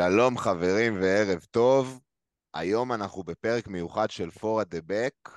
שלום חברים וערב טוב. היום אנחנו בפרק מיוחד של For at the Back.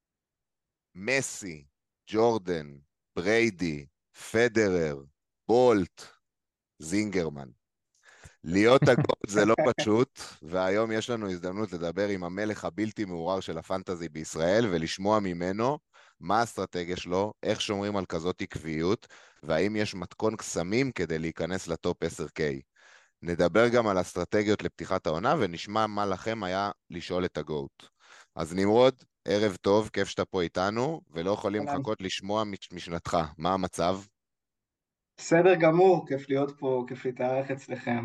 מסי, ג'ורדן, בריידי, פדרר, בולט, זינגרמן. להיות הגול זה לא פשוט, והיום יש לנו הזדמנות לדבר עם המלך הבלתי מעורר של הפנטזי בישראל ולשמוע ממנו מה האסטרטגיה שלו, איך שומרים על כזאת עקביות, והאם יש מתכון קסמים כדי להיכנס לטופ 10K. נדבר גם על אסטרטגיות לפתיחת העונה, ונשמע מה לכם היה לשאול את הגוט. אז נמרוד, ערב טוב, כיף שאתה פה איתנו, ולא יכולים אהלן. לחכות לשמוע משנתך. מה המצב? בסדר גמור, כיף להיות פה, כיף להתארח אצלכם.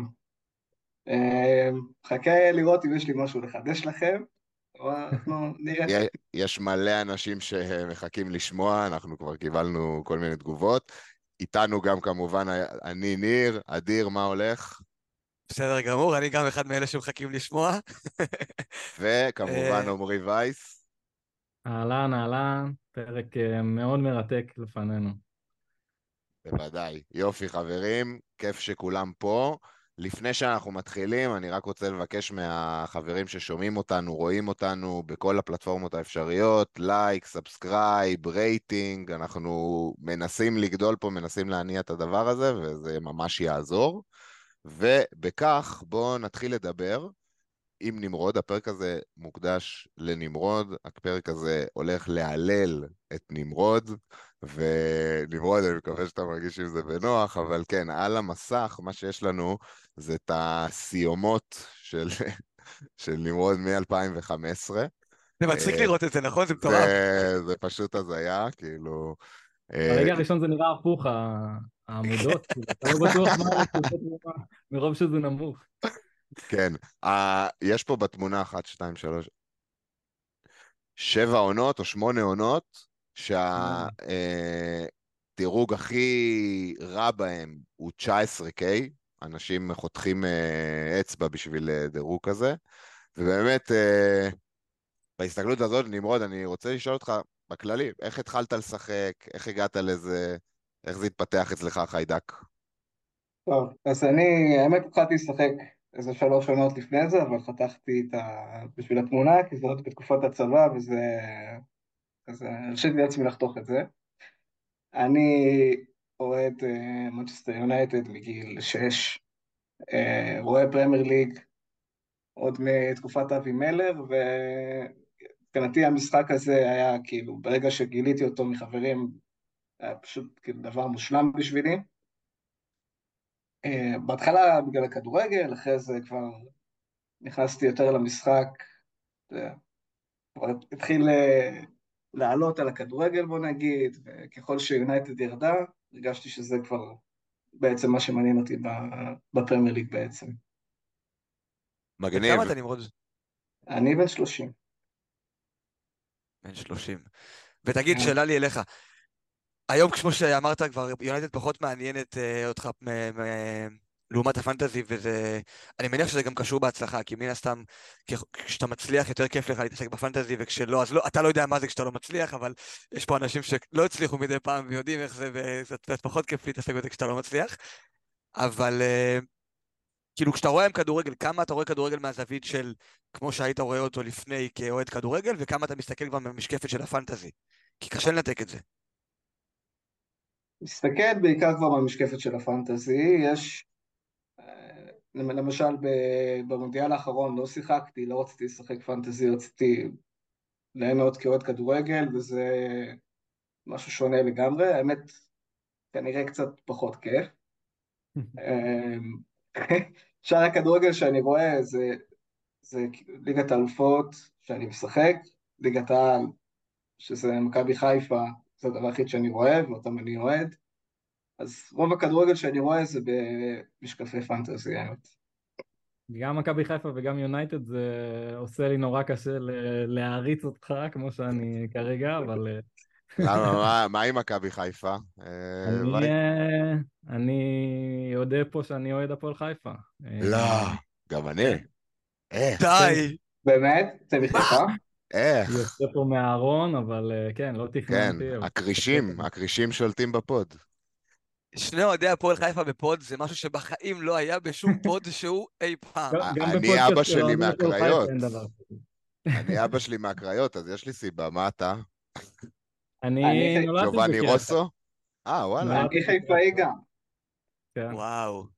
חכה לראות אם יש לי משהו לחדש לכם, אבל אנחנו נראה. יש מלא אנשים שמחכים לשמוע, אנחנו כבר קיבלנו כל מיני תגובות. איתנו גם כמובן אני ניר, אדיר, מה הולך? בסדר גמור, אני גם אחד מאלה שמחכים לשמוע. וכמובן אה, עמרי וייס. אהלן, אהלן, פרק מאוד מרתק לפנינו. בוודאי. יופי חברים, כיף שכולם פה. לפני שאנחנו מתחילים, אני רק רוצה לבקש מהחברים ששומעים אותנו, רואים אותנו בכל הפלטפורמות האפשריות, לייק, סאבסקרייב, רייטינג, אנחנו מנסים לגדול פה, מנסים להניע את הדבר הזה, וזה ממש יעזור. ובכך בואו נתחיל לדבר עם נמרוד. הפרק הזה מוקדש לנמרוד, הפרק הזה הולך להלל את נמרוד, ונמרוד, אני מקווה שאתה מרגיש עם זה בנוח, אבל כן, על המסך, מה שיש לנו זה את הסיומות של נמרוד מ-2015. זה מצחיק לראות את זה, נכון? זה מטורף. זה פשוט הזיה, כאילו... ברגע הראשון זה נראה הפוך, העמודות, כאילו, אתה לא בטוח מה המצודות מרוב שזה נמוך. כן, יש פה בתמונה 1, 2, 3, 7 עונות או 8 עונות, שמונה. שהדירוג הכי רע בהם הוא 19K, אנשים חותכים אצבע בשביל דירוג כזה, ובאמת, בהסתכלות הזאת, נמרוד, אני רוצה לשאול אותך בכללי, איך התחלת לשחק, איך הגעת לזה, איך זה התפתח אצלך החיידק? טוב, אז אני, האמת התחלתי לשחק איזה 3 עונות לפני זה, אבל חתכתי בשביל התמונה, כי זה עוד בתקופת הצבא, אז הרשיתי לעצמי לחתוך את זה. אני אוהד מנצ'סטר יונייטד מגיל 6, רואה פרמייר ליג עוד מתקופת אבי מלר, מבחינתי המשחק הזה היה כאילו, ברגע שגיליתי אותו מחברים, היה פשוט כאילו דבר מושלם בשבילי. בהתחלה בגלל הכדורגל, אחרי זה כבר נכנסתי יותר למשחק, זה כבר התחיל לעלות על הכדורגל בוא נגיד, וככל שיונייטד ירדה, הרגשתי שזה כבר בעצם מה שמעניין אותי בפרמייר ליג בעצם. בן כמה מגניב. אתה נמרוד? אני בן 30. בן 30. ותגיד, שאלה לי אליך, היום כמו שאמרת כבר, יונייטד פחות מעניינת אותך לעומת הפנטזי, וזה, אני מניח שזה גם קשור בהצלחה, כי מן הסתם, כשאתה מצליח יותר כיף לך להתעסק בפנטזי, וכשלא, אז לא, אתה לא יודע מה זה כשאתה לא מצליח, אבל יש פה אנשים שלא הצליחו מדי פעם ויודעים איך זה, וזה קצת פחות כיף להתעסק בזה כשאתה לא מצליח. אבל כאילו כשאתה רואה עם כדורגל, כמה אתה רואה כדורגל מהזווית של כמו שהיית רואה אותו לפני כאוהד כדורגל, וכמה אתה מסתכל כבר במשקפת של הפנטזי, כי קשה לנתק את זה. מסתכל בעיקר כבר במשקפת של הפנטזי, יש, למשל במונדיאל האחרון לא שיחקתי, לא רציתי לשחק פנטזי, רציתי ליהנות כאוהד כדורגל, וזה משהו שונה לגמרי, האמת כנראה קצת פחות כיף. שאר הכדורגל שאני רואה זה ליגת האלופות שאני משחק, ליגת העל, שזה מכבי חיפה, זה הדבר היחיד שאני רואה, ואותם אני אוהד. אז רוב הכדורגל שאני רואה זה במשקפי פנטזי, האמת. גם מכבי חיפה וגם יונייטד זה עושה לי נורא קשה להעריץ אותך, כמו שאני כרגע, אבל למה, מה עם מכבי חיפה? אני, וייס? אני יודע פה שאני אוהד הפועל חיפה. לא, גם אני. כן. איך? די! באמת? זה מחיפה? איך? יוצא פה מהארון, אבל כן, לא כן, תכננתי. אבל... הקרישים שולטים בפוד. שני אוהדי הפועל חיפה בפוד זה משהו שבחיים לא היה בשום פוד שהוא אי פעם. גם אני אבא בפודקאסט של שלי האוהדים של חיפה מהקריות. אין דבר כזה. אני אבא שלי מהקריות, אז יש לי סיבה. מה אתה? אני אני נולדתי ג'ובאני בקריית. רוסו? וואלה. נולדתי אני בקריית. חיפאי גם. כן. וואו.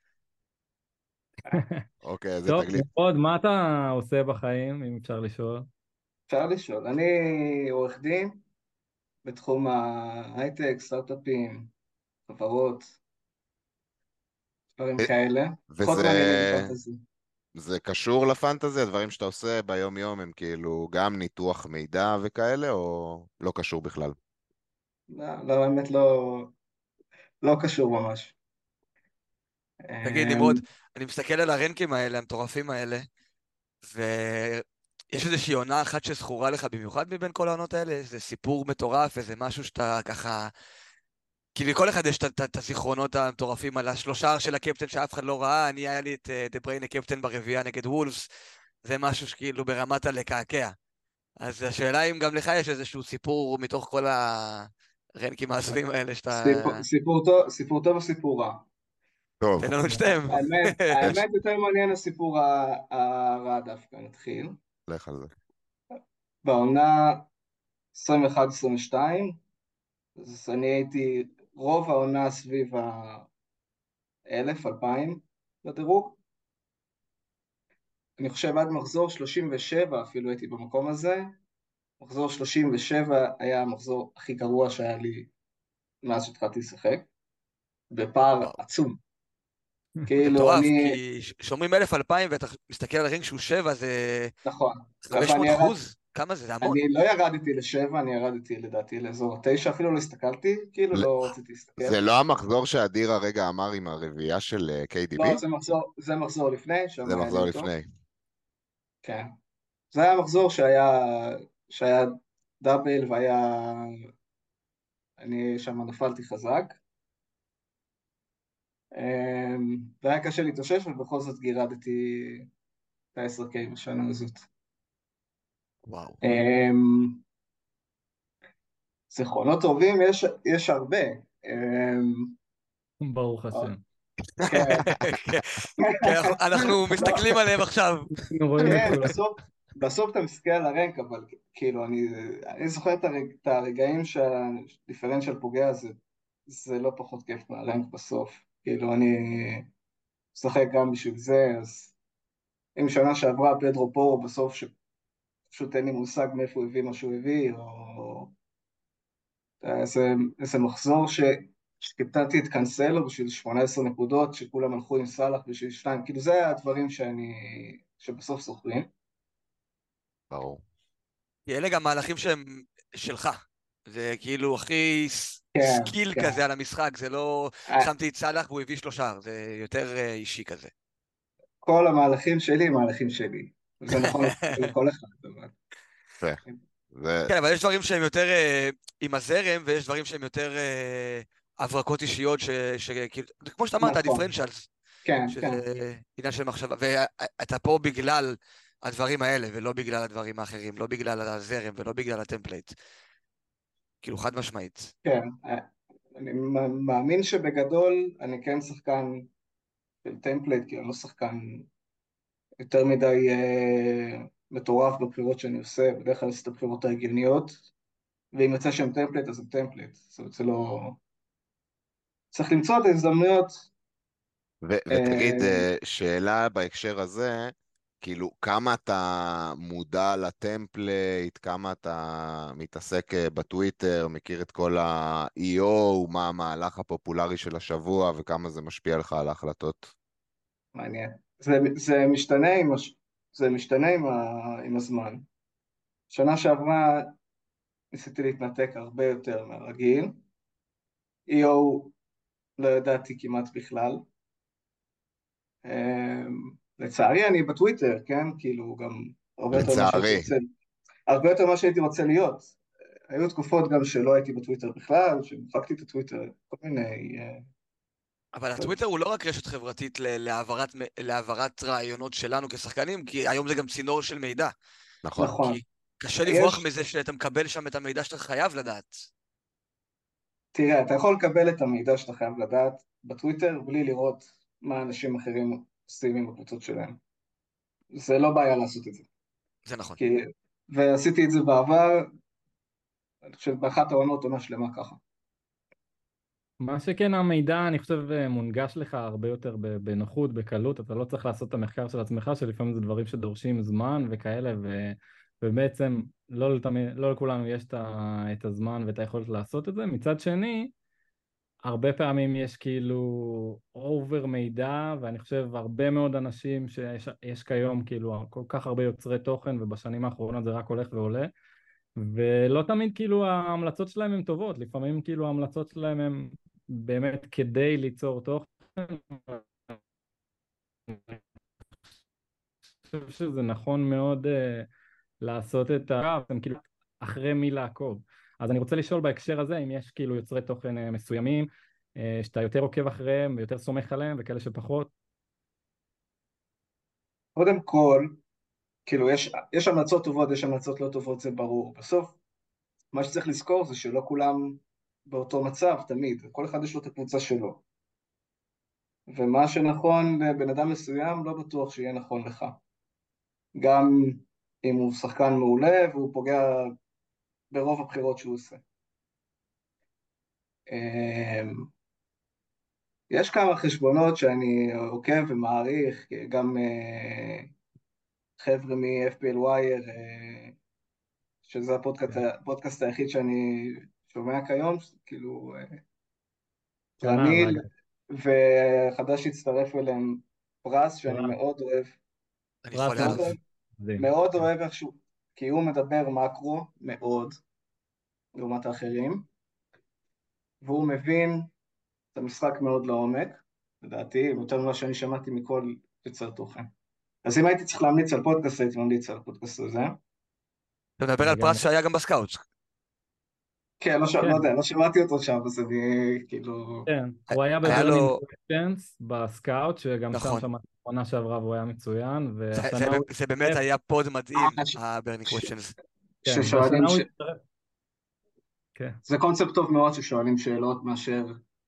אוקיי, איזה טוב, תגלית. נמרוד, מה אתה עושה בחיים, אם אפשר לשאול? אפשר לשאול. אני עורך דין בתחום ההייטק, סטארט-אפים, חברות, דברים כאלה. פחות וזה מעניינים מפנטזי. זה קשור לפנטזי? הדברים שאתה עושה ביום-יום הם כאילו גם ניתוח מידע וכאלה, או לא קשור בכלל? לא, לא, האמת לא קשור ממש. תגיד, אמ, נמרוד, אני מסתכל על הרנקים האלה, המטורפים האלה, ויש איזושהי עונה אחת שזכורה לך במיוחד מבין כל העונות האלה? איזה סיפור מטורף, איזה משהו שאתה ככה... כי לכל אחד יש את הזיכרונות המטורפים על השלושה של הקפטן שאף אחד לא ראה, היה לי את דה בריינה קפטן ברביעייה נגד וולפס, זה משהו שכאילו ברמת הלקעקע. אז השאלה אם גם לך יש איזשהו סיפור מתוך כל הרנקים העזבים האלה שאתה... סיפור טוב או סיפור רע? טוב, תן לנו את שתיהם. האמת יותר מעניין הסיפור הרע דווקא, נתחיל. לך על זה. בעונה 21-22, אז אני הייתי רוב העונה סביב ה-1000-2000 בדירוג. אני חושב עד מחזור 37 אפילו הייתי במקום הזה. מחזור 37 היה המחזור הכי גרוע שהיה לי מאז שהתחלתי לשחק, בפער וואו, עצום. זה כאילו מטורף, אני, כי שאומרים 1000-2000 ואתה מסתכל על הרינג שהוא 7, זה נכון, ככה 500%. כמה זה? זה המון. אני לא ירדתי לשבע, אני ירדתי לדעתי לאזור התשע, אפילו לא הסתכלתי, כאילו ל- לא רציתי להסתכל. זה לא המחזור שאדיר הרגע אמר עם הרביעייה של KDB? לא, זה מחזור לפני, שם זה היה לי מחזור אותו. לפני. כן. זה היה מחזור שהיה דאבל אני שם נפלתי חזק. והיה קשה להתאושש, ובכל זאת גירדתי את ה-10K בשנה הזאת. וואו. זיכרונות טובים יש הרבה. ברוך השם. כן, כן, אנחנו מסתכלים עליהם עכשיו. אנחנו רואים את כן, כולם. בסוף אתה מסתכל על הרנק, אבל כאילו, אני זוכר את הרגעים שהדיפרנציאל פוגע, זה לא פחות כיף מהרנק בסוף. כאילו, אני משחק גם בשביל זה, אז אם שנה שעברה פדרו פורו בסוף, שפשוט אין לי מושג מאיפה הוא הביא מה שהוא הביא, או איזה מחזור שקפטנתי את קנסלו בשביל 18 נקודות, שכולם הלכו עם סאלח בשביל 2, כאילו זה הדברים שבסוף זוכרים. ברור. כי אלה גם מהלכים שהם שלך. זה כאילו הכי כן, סקיל כן. כזה על המשחק, זה לא שמתי את סאלח והוא הביא 3, זה יותר אישי כזה. כל המהלכים שלי הם מהלכים שלי. זה נכון לכל אחד, אבל... יפה. זה... כן, אבל יש דברים שהם יותר עם הזרם, ויש דברים שהם יותר הברקות אישיות, שכאילו, כמו שאתה אמרת, נכון, הדיפרנציאלס, כן, שזה כן. עניין של מחשבה, ואתה פה בגלל הדברים האלה, ולא בגלל הדברים האחרים, לא בגלל הזרם ולא בגלל הטמפלייט. כאילו, חד משמעית. כן, אני מאמין שבגדול אני כן שחקן של טמפלייט, כי אני לא שחקן יותר מדי מטורף בבחירות שאני עושה, בדרך כלל עושה את הבחירות ההגיוניות, ואם יוצא שם טמפלייט, אז זה טמפלייט. זאת אומרת, זה לא... צריך למצוא את ההזדמנויות. ותגיד, שאלה בהקשר הזה, כאילו, כמה אתה מודע לטמפלייט, כמה אתה מתעסק בטוויטר, מכיר את כל ה-EO, מה המהלך הפופולרי של השבוע, וכמה זה משפיע לך על ההחלטות? מעניין. זה משתנה עם הזמן. שנה שעברה ניסיתי להתנתק הרבה יותר מהרגיל. EO לא ידעתי כמעט בכלל. לצערי אני בטוויטר, כן? כאילו גם לצערי. הרבה יותר ממה שהייתי רוצה להיות. היו תקופות גם שלא הייתי בטוויטר בכלל, שמחקתי את הטוויטר, כל מיני... אבל הטוויטר הוא לא רק רשת חברתית להעברת רעיונות שלנו כשחקנים, כי היום זה גם צינור של מידע. נכון. נכון. כי קשה לברוח מזה שאתה מקבל שם את המידע שאתה חייב לדעת. תראה, אתה יכול לקבל את המידע שאתה חייב לדעת בטוויטר, בלי לראות מה אנשים אחרים עושים עם הקבוצות שלהם. זה לא בעיה לעשות את זה. זה נכון. כי... ועשיתי את זה בעבר, אני חושב באחת העונות עונה שלמה ככה. מה שכן המידע, אני חושב, מונגש לך הרבה יותר בנוחות, בקלות, אתה לא צריך לעשות את המחקר של עצמך, שלפעמים זה דברים שדורשים זמן וכאלה, ובעצם לא לכולנו יש את הזמן ואת היכולת לעשות את זה. מצד שני, הרבה פעמים יש כאילו אובר מידע, ואני חושב הרבה מאוד אנשים שיש כיום כאילו כל כך הרבה יוצרי תוכן, ובשנים האחרונות זה רק הולך ועולה, ולא תמיד כאילו ההמלצות שלהם הן טובות, לפעמים כאילו ההמלצות שלהם הן באמת כדי ליצור תוכן. אני חושב שזה נכון מאוד לעשות את אתם כאילו אחרי מי לעקוב. אז אני רוצה לשאול בהקשר הזה, אם יש כאילו יוצרי תוכן מסוימים, שאתה יותר עוקב אחריהם ויותר סומך עליהם, וכאלה שפחות. קודם כל, כאילו יש המלצות טובות, יש המלצות לא טובות, זה ברור. בסוף, מה שצריך לזכור זה שלא כולם באותו מצב תמיד, כל אחד יש לו את הקבוצה שלו. ומה שנכון לבן אדם מסוים לא בטוח שיהיה נכון לך. גם אם הוא שחקן מעולה והוא פוגע ברוב הבחירות שהוא עושה. יש כמה חשבונות שאני עוקב ומעריך, גם חבר'ה מ-FPL Wire, שזה הפודקאסט היחיד שאני שומע כיום, כאילו שנה, רמיל, ואגב, וחדש הצטרף אליהם פרס, שאני פרס, מאוד אוהב, אני פרס חולה מאוד עליו. אוהב, מדהים. מאוד כן. אוהב איכשהו, כי הוא מדבר מקרו מאוד, לעומת האחרים, והוא מבין את המשחק מאוד לעומק, לדעתי, יותר ממה שאני שמעתי מכל יוצר תוכן. אז אם הייתי צריך להמליץ על פודקאסט, הייתי ממליץ על הפודקאסט הזה. אתה מדבר על פרס לגמרי. שהיה גם בסקאוט. כן, לא כן, יודע, לא שמעתי אותו שם, אז אני כאילו... כן. הוא היה היה בברנינג לו, קווסטיונס בסקאוט, שגם שם נכון. שמעתי עונה שעברה והוא היה מצוין, זה, והשנה זה, הוא זה באמת הצטרף, היה פוד מדהים, ש- ה-Burning ש- Questions. כן, ששואלים, והשנה הוא הצטרף, כן. זה קונספט טוב מאוד ששואלים שאלות מאשר,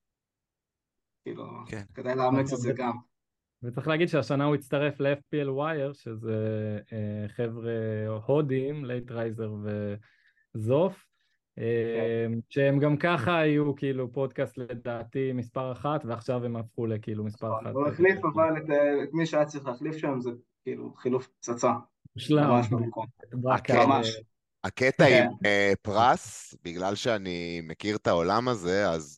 כאילו, כן. כדאי לאמץ את נכון, זה גם. וצריך להגיד שהשנה הוא הצטרף ל-FPL Wire, שזה חבר'ה הודים, לייטרייזר וזוף, כן. שהם גם ככה היו כאילו פודקאסט לדעתי מספר אחת, ועכשיו הם הפכו לכאילו מספר נכון, אחת. הוא החליף אבל את מי שהיה צריך להחליף שם, זה כאילו חילוף פצצה, שלם, ממש במקום, הקטע, ממש. הקטע עם כן, פרס, בגלל שאני מכיר את העולם הזה, אז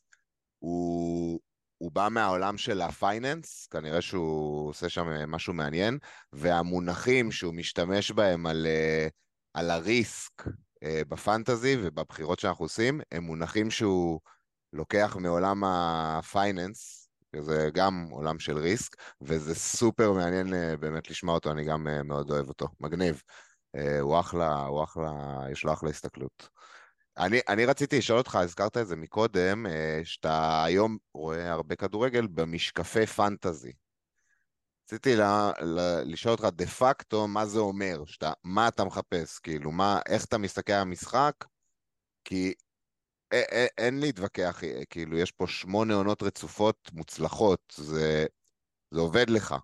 הוא בא מהעולם של הפייננס, כנראה שהוא עושה שם משהו מעניין, והמונחים שהוא משתמש בהם על הריסק בפנטזי ובבחירות שאנחנו עושים, הם מונחים שהוא לוקח מעולם הפייננס, שזה גם עולם של ריסק, וזה סופר מעניין באמת לשמוע אותו, אני גם מאוד אוהב אותו, מגניב. הוא אחלה, יש לו אחלה הסתכלות. אני רציתי לשאול אותך, הזכרת את זה מקודם, שאתה היום רואה הרבה כדורגל במשקפי פנטזי. רציתי לשאול אותך דה פקטו מה זה אומר, מה אתה מחפש, כאילו, איך אתה מסתכל על המשחק, כי אין להתווכח, כאילו, יש פה 8 עונות רצופות מוצלחות, זה עובד לך.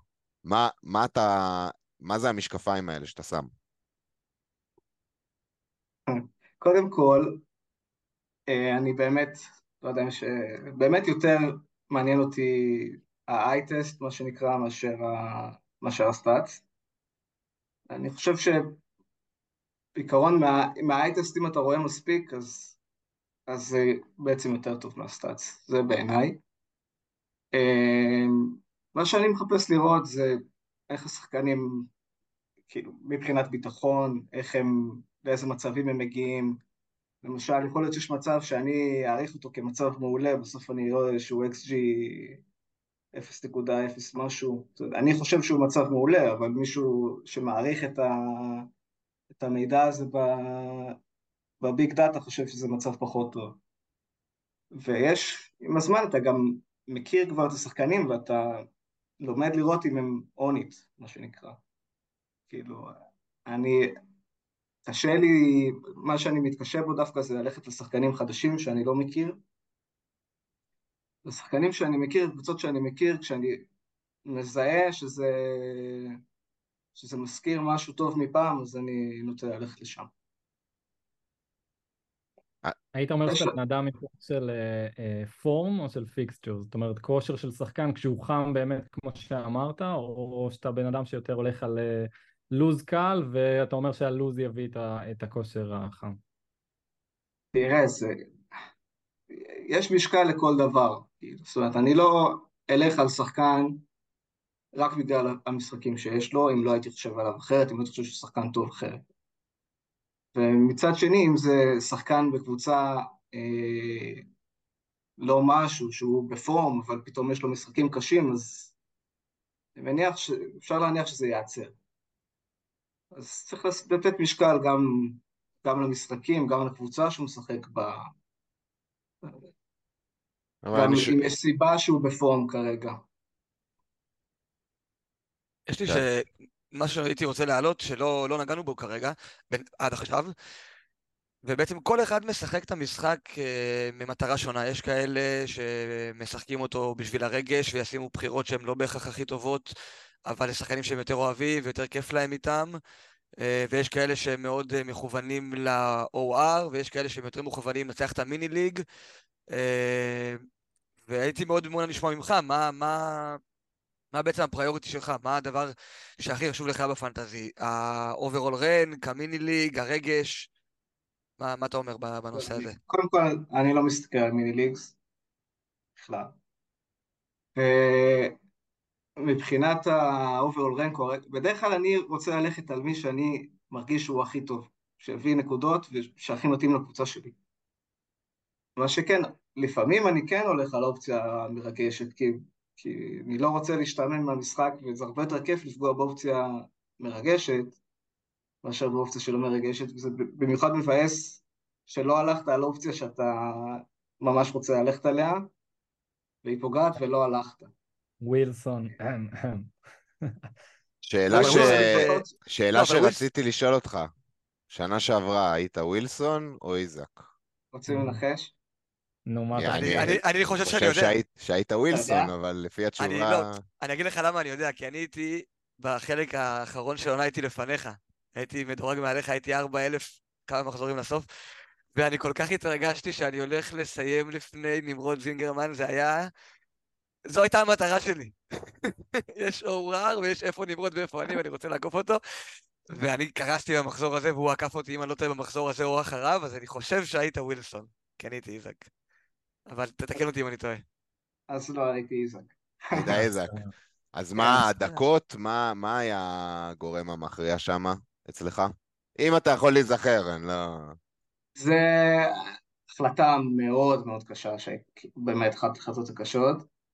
מה זה המשקפיים האלה שאתה שם? קודם כל, אני באמת, לא יודע, באמת יותר מעניין אותי ה-i-test, מה שנקרא, מאשר הסטאצ. אני חושב שבעיקרון מה-i-test, אם אתה רואה מספיק, אז זה בעצם יותר טוב מהסטאצ, זה בעיניי. מה שאני מחפש לראות זה איך השחקנים, כאילו, מבחינת ביטחון, לאיזה מצבים הם מגיעים. למשל, יכול להיות שיש מצב שאני אעריך אותו כמצב מעולה, בסוף אני רואה איזשהו XG 0.0 משהו. אני חושב שהוא מצב מעולה, אבל מישהו שמעריך את המידע הזה בביג דאטה חושב שזה מצב פחות טוב. עם הזמן אתה גם מכיר כבר את השחקנים, ואתה לומד לראות אם הם on it, מה שנקרא. כאילו, קשה לי, מה שאני מתקשה בו דווקא זה ללכת לשחקנים חדשים שאני לא מכיר, לשחקנים שאני מכיר, קבוצות שאני מכיר, כשאני מזהה שזה מזכיר משהו טוב מפעם, אז אני נוטה ללכת לשם. היית אומר יש שאתה בן אדם מסוג של פורם או של פיקסצ'ר? זאת אומרת, כושר של שחקן כשהוא חם באמת, כמו שאמרת, או שאתה בן אדם שיותר הולך על לוז קל, ואתה אומר שהלוז יביא את הכושר החם? תראה, יש משקל לכל דבר. כאילו. זאת אומרת, אני לא אלך על שחקן רק בגלל המשחקים שיש לו, אם לא הייתי חושב עליו אחרת, אם לא הייתי חושב שהוא שחקן טוב אחרת. ומצד שני, אם זה שחקן בקבוצה לא משהו, שהוא בפורם, אבל פתאום יש לו משחקים קשים, אז אפשר להניח שזה ייעצר. אז צריך לתת משקל גם למשחקים, גם לקבוצה שהוא משחק בה, אבל גם אם יש סיבה שהוא בפורם כרגע. יש לי כן. מה שהייתי רוצה להעלות, שלא נגענו בו כרגע, עד עכשיו, ובעצם כל אחד משחק את המשחק ממטרה שונה. יש כאלה שמשחקים אותו בשביל הרגש וישימו בחירות שהן לא בהכרח הכי טובות, אבל לשחקנים שהם יותר אוהבים ויותר כיף להם איתם, ויש כאלה שהם מאוד מכוונים ל-OR, ויש כאלה שהם יותר מכוונים לנצח את המיני ליג, והייתי מאוד מעוניין לשמוע ממך, מה בעצם הפריוריטי שלך? מה הדבר שהכי חשוב לך בפנטזי? ה-overall rank, המיני ליג, הרגש? מה אתה אומר בנושא הזה? קודם כל, אני לא מסתכל על מיני ליגס בכלל. ומבחינת ה-overall rank, בדרך כלל אני רוצה ללכת על מי שאני מרגיש שהוא הכי טוב, שהביא נקודות ושהכי מתאים לקבוצה שלי. מה שכן, לפעמים אני כן הולך על אופציה מרגשת, כי אני לא רוצה להשתעמם מהמשחק, וזה הרבה יותר כיף לפגוע באופציה מרגשת, מאשר באופציה שלא מרגשת, וזה במיוחד מבאס שלא הלכת על אופציה שאתה ממש רוצה ללכת עליה, והיא פוגעת ולא הלכת. ווילסון. שאלה, אבל ווילסון זה... לא, שאלה אבל שרציתי לשאול אותך, שנה שעברה היית ווילסון או איזק? רוצים לנחש? נו, מה אתה אני חושב? אני חושב שאני חושב יודע. שהיית אתה יודע? ווילסון, אבל לפי אני לא, התשובה... אני אגיד לך למה אני יודע, כי אני הייתי בחלק האחרון של העונה הייתי לפניך. הייתי מדורג מעליך, הייתי 4,000 כמה מחזורים לסוף, ואני כל כך התרגשתי שאני הולך לסיים לפני נמרוד זינגרמן, זו הייתה המטרה שלי. יש אורר ויש איפה נמרוד ואיפה אני, ואני רוצה לעקוף אותו, ואני קרסתי במחזור הזה, והוא עקף אותי, אם אני לא טועה במחזור הזה או אחריו, אז אני חושב שהיית ווילסון, כי אני הייתי איזק. אבל תתקן אותי אם אני טועה. אז לא, הייתי איזק. היית איזק. אז כן. מה הדקות, מה היה הגורם המכריע שם אצלך? אם אתה יכול להיזכר, אני לא... זה החלטה מאוד מאוד קשה, שבאמת אחת החלטות הקשות,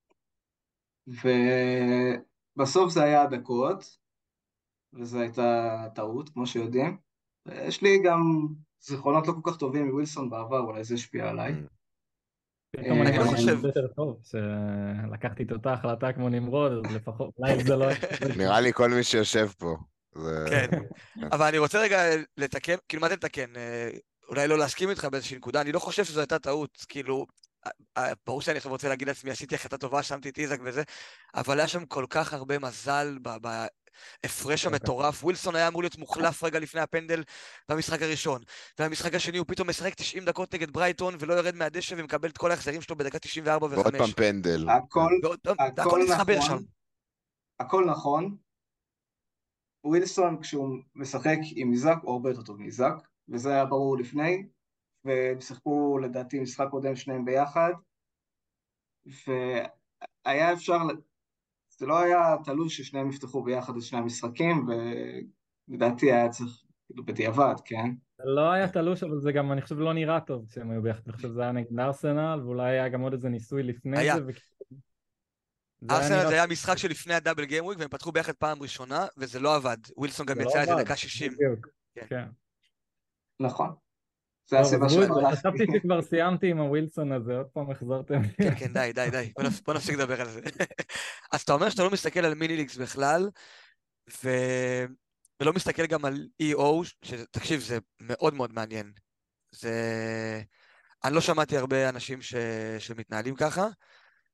ובסוף זה היה הדקות, וזו הייתה טעות, כמו שיודעים. יש לי גם זיכרונות לא כל כך טובים מווילסון בעבר, אולי זה השפיע עליי. Mm. פתאום אני אני לא מרגיש חושב... יותר טוב, שלקחתי את אותה החלטה כמו נמרוד, אז לפחות, אולי זה לא... נראה לי כל מי שיושב פה. כן, אבל אני רוצה רגע לתקן, כאילו מה אתה לתקן? אולי לא להסכים איתך באיזושהי נקודה, אני לא חושב שזו הייתה טעות, כאילו, ברור שאני עכשיו רוצה להגיד לעצמי, עשיתי החלטה טובה, שמתי את איזק וזה, אבל היה שם כל כך הרבה מזל בהפרש המטורף. ווילסון היה אמור להיות מוחלף רגע לפני הפנדל במשחק הראשון, והמשחק השני הוא פתאום משחק 90 דקות נגד ברייטון, ולא יורד מהדשא ומקבל את כל ההחזרים שלו בדקה 94 ו-5. ועוד פעם פנדל. הכל התחבר שם. הכל נכון. ווילסון, כשהוא משחק עם איזק, הוא הרבה יותר טוב מאיזק, וזה היה ברור לפני, והם שיחקו לדעתי משחק קודם שניהם ביחד, והיה אפשר, זה לא היה תלוי ששניהם יפתחו ביחד את שני המשחקים, ולדעתי היה צריך, כאילו בדיעבד, כן? זה לא היה תלוש, אבל זה גם, אני חושב, לא נראה טוב כשהם היו ביחד. אני חושב שזה היה נגד ארסנל, ואולי היה גם עוד איזה ניסוי לפני היה. זה. ארסנל זה היה משחק שלפני הדאבל גיימוויק, והם פתחו ביחד פעם ראשונה, וזה לא עבד. ווילסון גם יצא איזה דקה 60. בדיוק, כן. כן. נכון. זה טוב, הסיבה עזבו את זה, שהלכתי. חשבתי שכבר סיימתי עם הווילסון הזה, עוד פעם החזרתם. כן, כן, די. בוא נפסיק לדבר על זה. אז אתה אומר שאתה לא מסתכל על מיני-ליגס בכלל, ולא מסתכל גם על EO, שתקשיב, זה מאוד מאוד מעניין. אני לא שמעתי הרבה אנשים שמתנהלים ככה,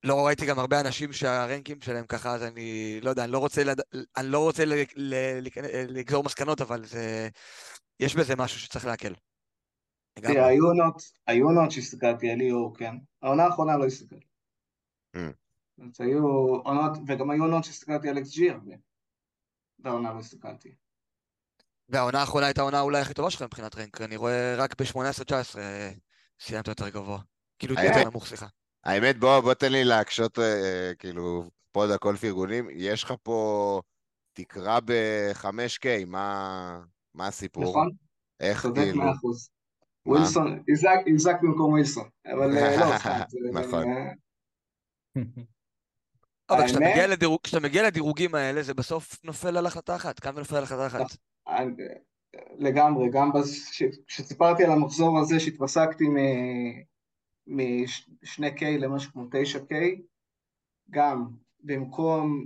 לא ראיתי גם הרבה אנשים שהרנקים שלהם ככה, אז אני לא יודע, אני לא רוצה לגזור מסקנות, אבל יש בזה משהו שצריך להקל. תראה, לגמרי. היו עונות שהסתכלתי על ליאור, כן. העונה האחרונה לא הסתכלתי. Mm. אז היו עונות, וגם היו עונות שהסתכלתי על XG הרבה. והעונה לא הסתכלתי. והעונה האחרונה הייתה העונה אולי הכי טובה שלך מבחינת רנק, אני רואה רק ב-18-19 סיימת יותר גבוה. כאילו, יותר כן, נמוך, סליחה. האמת, בוא תן לי להקשות, כאילו, פוד הכל פרגונים. יש לך פה תקרה ב-5K, מה הסיפור? נכון? איך צודק כאילו, 100%. מה? ווילסון, יזק במקום ווילסון. אבל לא, סתם. נכון. אבל האמת, כשאתה מגיע לדירוגים האלה, זה בסוף נופל על החלטה אחת, כאן ונופל על החלטה אחת. לגמרי, גם כשסיפרתי על המחזור הזה שהתפסקתי מ-2K למשהו כמו 9K, גם במקום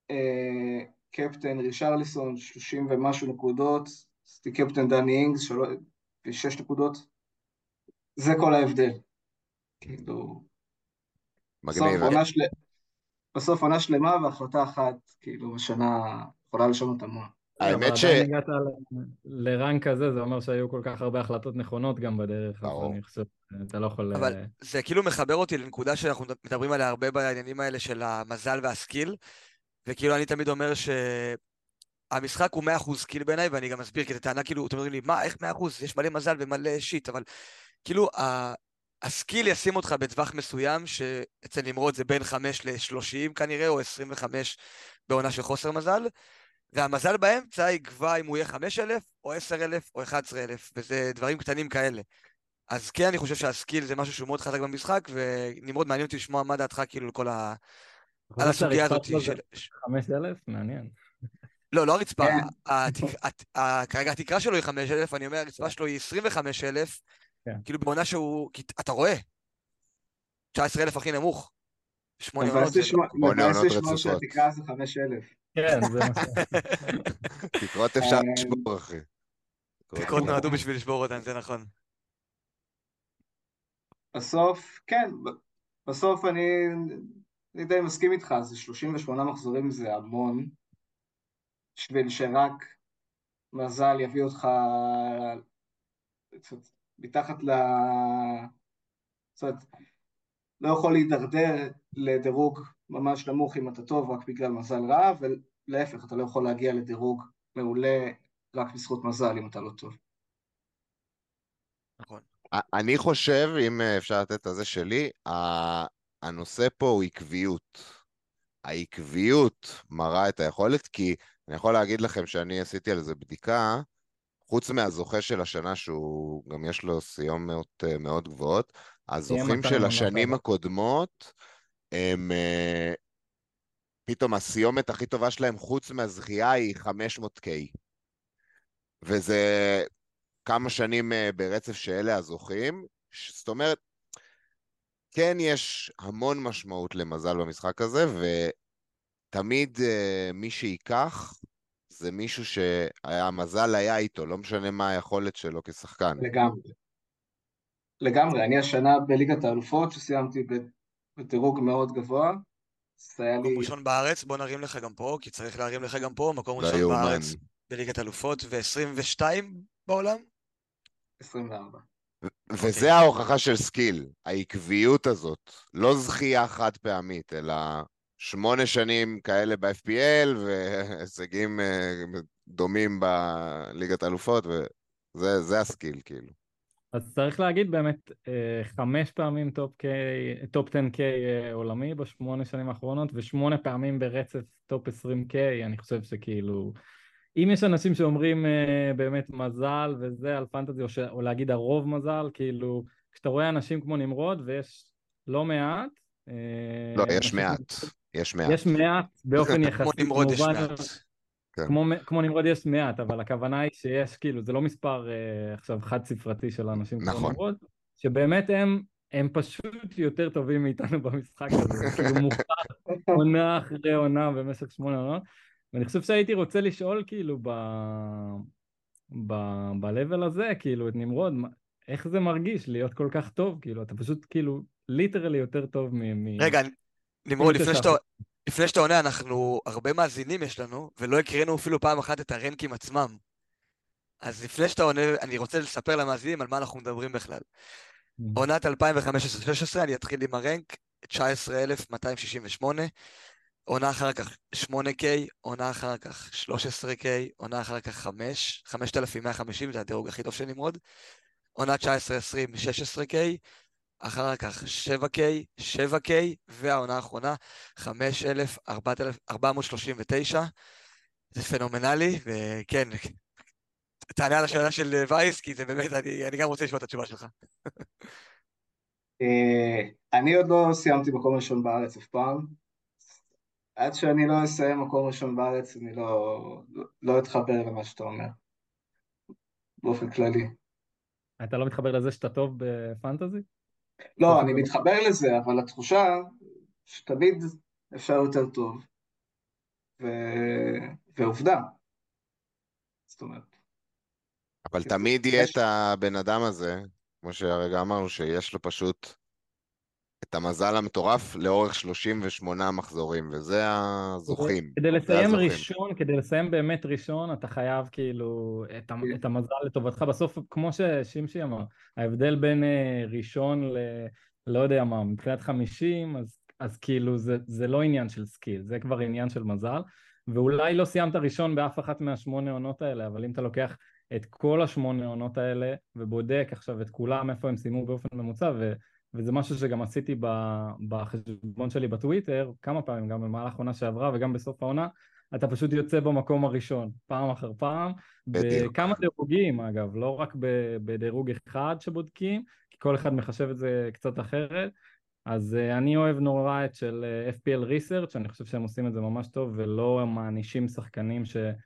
קפטן רישרליסון 30 ומשהו נקודות, עשיתי קפטן דני אינגס 6 נקודות, זה כל ההבדל. כאילו, מגניב. בסוף עונה שלמה והחלטה אחת, כאילו, בשנה יכולה לשנות המון. אבל האמת עדיין הגעת לרנק כזה, זה אומר שהיו כל כך הרבה החלטות נכונות גם בדרך, אז ברור. אני חושב שאתה לא יכול... אבל זה כאילו מחבר אותי לנקודה שאנחנו מדברים עליה הרבה בעניינים האלה של המזל והסקיל, וכאילו אני תמיד אומר שהמשחק הוא 100% סקיל בעיניי, ואני גם אסביר, כי זו טענה כאילו, אתם אומרים לי, מה, איך 100%? יש מלא מזל ומלא שיט, אבל כאילו הסקיל ישים אותך בטווח מסוים, שאצל נמרוד זה בין 5 ל-30 כנראה, או 25 בעונה של חוסר מזל, והמזל באמצע יקבע אם הוא יהיה 5,000, או 10,000, או 11,000, וזה דברים קטנים כאלה. אז כן, אני חושב שהסקיל זה משהו שהוא מאוד חזק במשחק, ונמרוד, מעניין אותי לשמוע מה דעתך כאילו על יכול על להיות הסוגיה שהרצפה הזאת שלו זה של... 5,000? מעניין. לא, לא הרצפה, כן, כרגע התקרה שלו היא 5,000, אני אומר, הרצפה שלו היא 25,000, כן. כאילו בעונה שהוא, כי אתה רואה, 19,000 הכי נמוך, 8 עונות זה לא... שמונה מבאס עונות לשמוע רצופות. שהתקרה זה 5,000. כן, זה מה ש... תקרות אפשר לשבור, אחי. תקרות אפשר. נועדו בשביל לשבור אותן, זה נכון. בסוף, כן, בסוף אני די מסכים איתך, זה 38 מחזורים זה המון, בשביל שרק מזל יביא אותך קצת מתחת זאת אומרת, לא יכול להידרדר לדירוג ממש נמוך אם אתה טוב רק בגלל מזל רע, ולהפך, אתה לא יכול להגיע לדירוג מעולה רק בזכות מזל אם אתה לא טוב. נכון. אני חושב, אם אפשר לתת את הזה שלי, הנושא פה הוא עקביות. העקביות מראה את היכולת, כי אני יכול להגיד לכם שאני עשיתי על זה בדיקה, חוץ מהזוכה של השנה, שהוא גם יש לו סיומות מאוד גבוהות, תהיה הזוכים 200 של עונות השנים הבאה. הקודמות, הם פתאום הסיומת הכי טובה שלהם, חוץ מהזכייה, היא 500K. וזה כמה שנים ברצף שאלה הזוכים, זאת אומרת, כן יש המון משמעות למזל במשחק הזה, ותמיד מי שיקח זה מישהו שהמזל היה איתו, לא משנה מה היכולת שלו כשחקן. לגמרי. לגמרי, אני השנה בליגת האלופות שסיימתי בדירוג מאוד גבוה, זה היה מקום לי ראשון בארץ, בוא נרים לך גם פה, כי צריך להרים לך גם פה, מקום לא ראשון יאומן. בארץ בליגת אלופות, ו-22 בעולם? 24. וזה אוקיי. ההוכחה של סקיל, העקביות הזאת, לא זכייה חד פעמית, אלא 8 שנים כאלה ב-FPL והישגים דומים בליגת האלופות, וזה הסקיל כאילו. אז צריך להגיד באמת, 5 פעמים טופ 10K עולמי ב8 שנים האחרונות, ו8 פעמים ברצף טופ 20K, אני חושב שכאילו, אם יש אנשים שאומרים באמת מזל וזה על פנטזי, או להגיד הרוב מזל, כאילו, כשאתה רואה אנשים כמו נמרוד, ויש לא מעט, לא, יש אנשים כמו... מעט, יש מעט. יש מעט באופן כמו יחסי, נמרוד יש כמובן, מעט. כן. כמו נמרוד יש מעט, אבל הכוונה היא שיש, כאילו, זה לא מספר עכשיו חד ספרתי של אנשים כמו נכון. נמרוד, שבאמת הם פשוט יותר טובים מאיתנו במשחק הזה, זה כאילו מוכח עונה אחרי עונה במשך 8 עונות, ואני חושב שהייתי רוצה לשאול כאילו ב-level הזה, כאילו את נמרוד, איך זה מרגיש להיות כל כך טוב, כאילו אתה פשוט כאילו ליטרלי יותר טוב רגע, נמרוד, תשע. לפני שאתה עונה, אנחנו, הרבה מאזינים יש לנו, ולא הקראנו אפילו פעם אחת את הרנקים עצמם. אז לפני שאתה עונה, אני רוצה לספר למאזינים על מה אנחנו מדברים בכלל. עונת 2015-2016, אני אתחיל עם הרנק, 19,268, עונה אחר כך 8K, עונה אחר כך 13K, עונה אחר כך 5,150, זה הדירוג הכי טוב של נמרוד, עונה 19-20, 16K, אחר כך 7K, 7K, והעונה האחרונה 5,439, זה פנומנלי, וכן, תענה על השאלה של וייס, כי זה באמת, אני גם רוצה לשמוע את התשובה שלך. אני עוד לא סיימתי מקום ראשון בארץ אף פעם. עד שאני לא אסיים מקום ראשון בארץ, אני לא אתחבר למה שאתה אומר, באופן כללי. אתה לא מתחבר לזה שאתה טוב בפנטזי? לא, אני מתחבר לזה, אבל התחושה שתמיד אפשר יותר טוב, ו... ועובדה. זאת אומרת, אבל תמיד יהיה יש... את הבן אדם הזה, כמו שהרגע אמרנו, שיש לו פשוט את המזל המטורף לאורך 38 מחזורים, וזה הזוכים. כדי זה לסיים הזוכים. ראשון, כדי לסיים באמת ראשון, אתה חייב כאילו את המזל לטובתך. בסוף, כמו ששימשי אמר, ההבדל בין ראשון לא יודע מה, מבחינת 50, אז כאילו זה לא עניין של סקיל, זה כבר עניין של מזל, ואולי לא סיימת ראשון באף אחת מהשמונה עונות האלה, אבל אם אתה לוקח את כל השמונה עונות האלה, ובודק עכשיו את כולם, איפה הם סיימו באופן ממוצע, וזה משהו שגם עשיתי בחשבון שלי בטוויטר, כמה פעמים, גם במהלך העונה שעברה וגם בסוף העונה, אתה פשוט יוצא במקום הראשון, פעם אחר פעם, בדיוק. בכמה דירוגים אגב, לא רק בדירוג אחד שבודקים, כי כל אחד מחשב את זה קצת אחרת, אז אני אוהב נורא את של FPL Research, אני חושב שהם עושים את זה ממש טוב, ולא מענישים שחקנים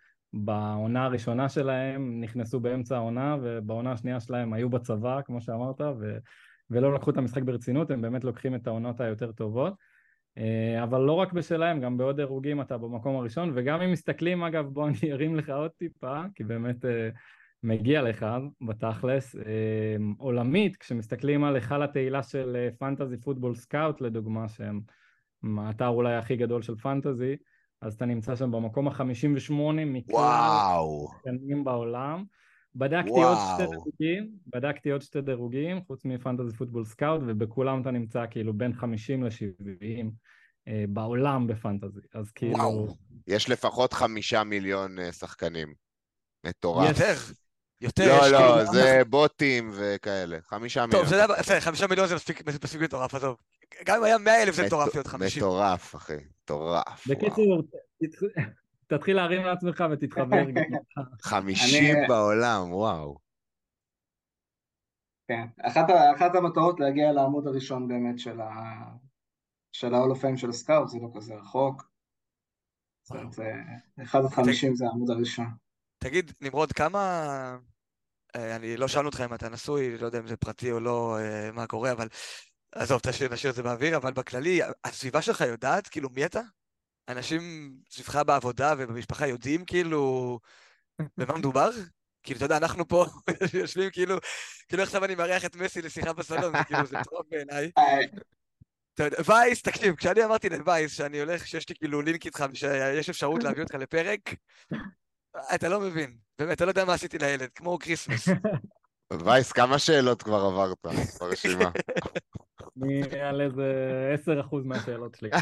שבעונה הראשונה שלהם נכנסו באמצע העונה, ובעונה השנייה שלהם היו בצבא, כמו שאמרת, ולא לקחו את המשחק ברצינות, הם באמת לוקחים את העונות היותר טובות, אבל לא רק בשלהם, גם בעוד דירוגים אתה במקום הראשון, וגם אם מסתכלים, אגב, בוא אני ארים לך עוד טיפה, כי באמת מגיע לך בתכלס, עולמית, כשמסתכלים על היכל התהילה של פנטזי פוטבול סקאוט, לדוגמה, שהם האתר אולי הכי גדול של פנטזי, אז אתה נמצא שם במקום ה-58 מכלל וואו. השחקנים בעולם. וואו. בדקתי עוד שתי דירוגים, חוץ מפנטזי פוטבול סקאוט, ובכולם אתה נמצא כאילו בין 50 ל-70 בעולם בפנטזי, אז כאילו... וואו. יש לפחות 5 מיליון שחקנים. יש... מטורף. יותר, לא, יש כאילו... לא, זה בוטים וכאלה. 5 מיליון. טוב, בסדר, 5 מיליון זה מספיק מטורף, עזוב. גם אם היה 100,000 זה מטורף להיות 50. מטורף, אחי. מטורף, וואו. בקיצור, תתחיל להרים לעצמך ותתחבר גם. 50 בעולם, וואו. כן, אחת המטרות להגיע לעמוד הראשון באמת של ה-Hall of Fame של הסקאוט, זה לא כזה רחוק. זה 1-50 זה העמוד הראשון. תגיד, נמרוד, כמה... אני לא שאלנו אותך אם אתה נשוי, לא יודע אם זה פרטי או לא, מה קורה, אבל... עזוב, נשאיר את זה באוויר, אבל בכללי, הסביבה שלך יודעת, כאילו, מי אתה? אנשים סביבך בעבודה ובמשפחה יודעים, כאילו, במה מדובר? כאילו, אתה יודע, אנחנו פה יושבים כאילו עכשיו אני מארח את מסי לשיחה בסלון, וכאילו, זה טוב בעיניי. אתה יודע, וייס, תקשיב, כשאני אמרתי לווייס שאני הולך, שיש לי כאילו לינק איתך, שיש אפשרות להביא אותך לפרק, אתה לא מבין. באמת, אתה לא יודע מה עשיתי לילד, כמו קריסמס. וייס, כמה שאלות כבר עברת ברשימה? על איזה 10% מהשאלות שלי.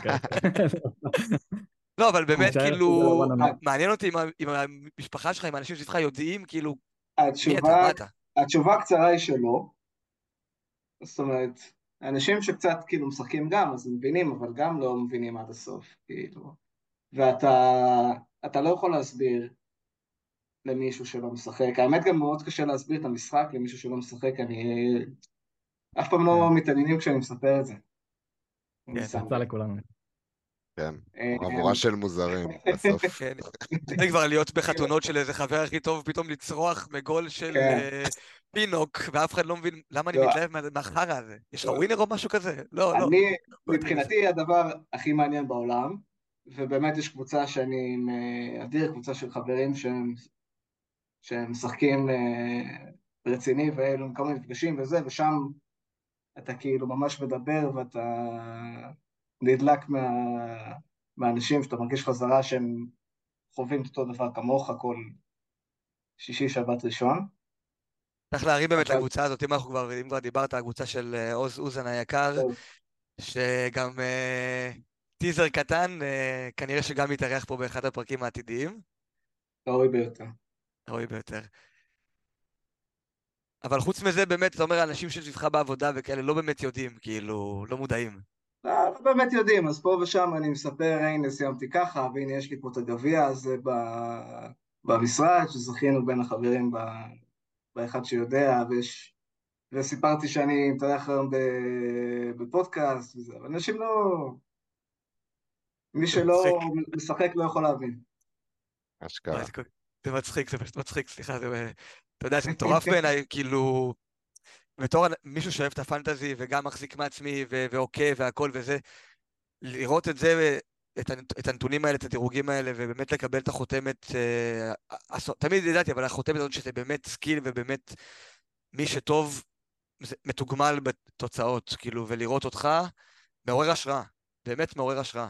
לא, אבל באמת, כאילו, לבן אמר. מעניין אותי אם המשפחה שלך, אם האנשים סביבך יודעים, כאילו, מי אתה, התשובה מה אתה? התשובה הקצרה היא שלא. זאת אומרת, אנשים שקצת כאילו משחקים גם, אז מבינים, אבל גם לא מבינים עד הסוף, כאילו. ואתה לא יכול להסביר למישהו שלא משחק. האמת גם מאוד קשה להסביר את המשחק למישהו שלא משחק, אני אף פעם לא מתעניינים כשאני מספר את זה. אני שם יצא לב. לכולנו. כן, חבורה של מוזרים, בסוף. כן, זה כבר להיות בחתונות של איזה חבר הכי טוב, פתאום לצרוח מגול של כן. פינוק, ואף אחד לא מבין למה אני לא. מתלהב מהחרא הזה. יש לך ווינר או משהו כזה? לא, לא. אני, מבחינתי, הדבר הכי מעניין בעולם, ובאמת יש קבוצה שאני אדיר, קבוצה של חברים שהם משחקים רציני, ואלו כמה מפגשים וזה, ושם אתה כאילו ממש מדבר, ואתה נדלק מהאנשים שאתה מרגיש חזרה שהם חווים את אותו דבר כמוך כל שישי, שבת, ראשון. צריך להרים באמת אבל לקבוצה הזאת, אם כבר דיברת, הקבוצה של עוז אוזן היקר, טוב, שגם טיזר קטן, כנראה שגם יתארח פה באחד הפרקים העתידיים, ראוי ביותר. ראוי ביותר. אבל חוץ מזה, באמת, אתה אומר, האנשים שסביבך בעבודה וכאלה לא באמת יודעים, כאילו, לא מודעים. לא באמת יודעים, אז פה ושם אני מספר, הנה סיימתי ככה, והנה יש לי פה את הגביע הזה במשרד, שזכינו בין החברים באחד שיודע, וסיפרתי שאני מתארח היום בפודקאסט וזה, אבל אנשים לא, מי זה מצחיק. שלא משחק לא יכול להבין. אשכרה. זה מצחיק, זה פשוט מצחיק, סליחה, אתה יודע, זה מטורף בעיניי, כאילו, בתור מישהו שאוהב את הפנטזי וגם מחזיק מעצמי ועוקב והכל וזה, לראות את זה, את הנתונים האלה, את הדירוגים האלה, ובאמת לקבל את החותמת, תמיד ידעתי, אבל החותמת הזאת שזה באמת סקיל ובאמת מי שטוב, מתוגמל בתוצאות, כאילו, ולראות אותך, מעורר השראה, באמת מעורר השראה.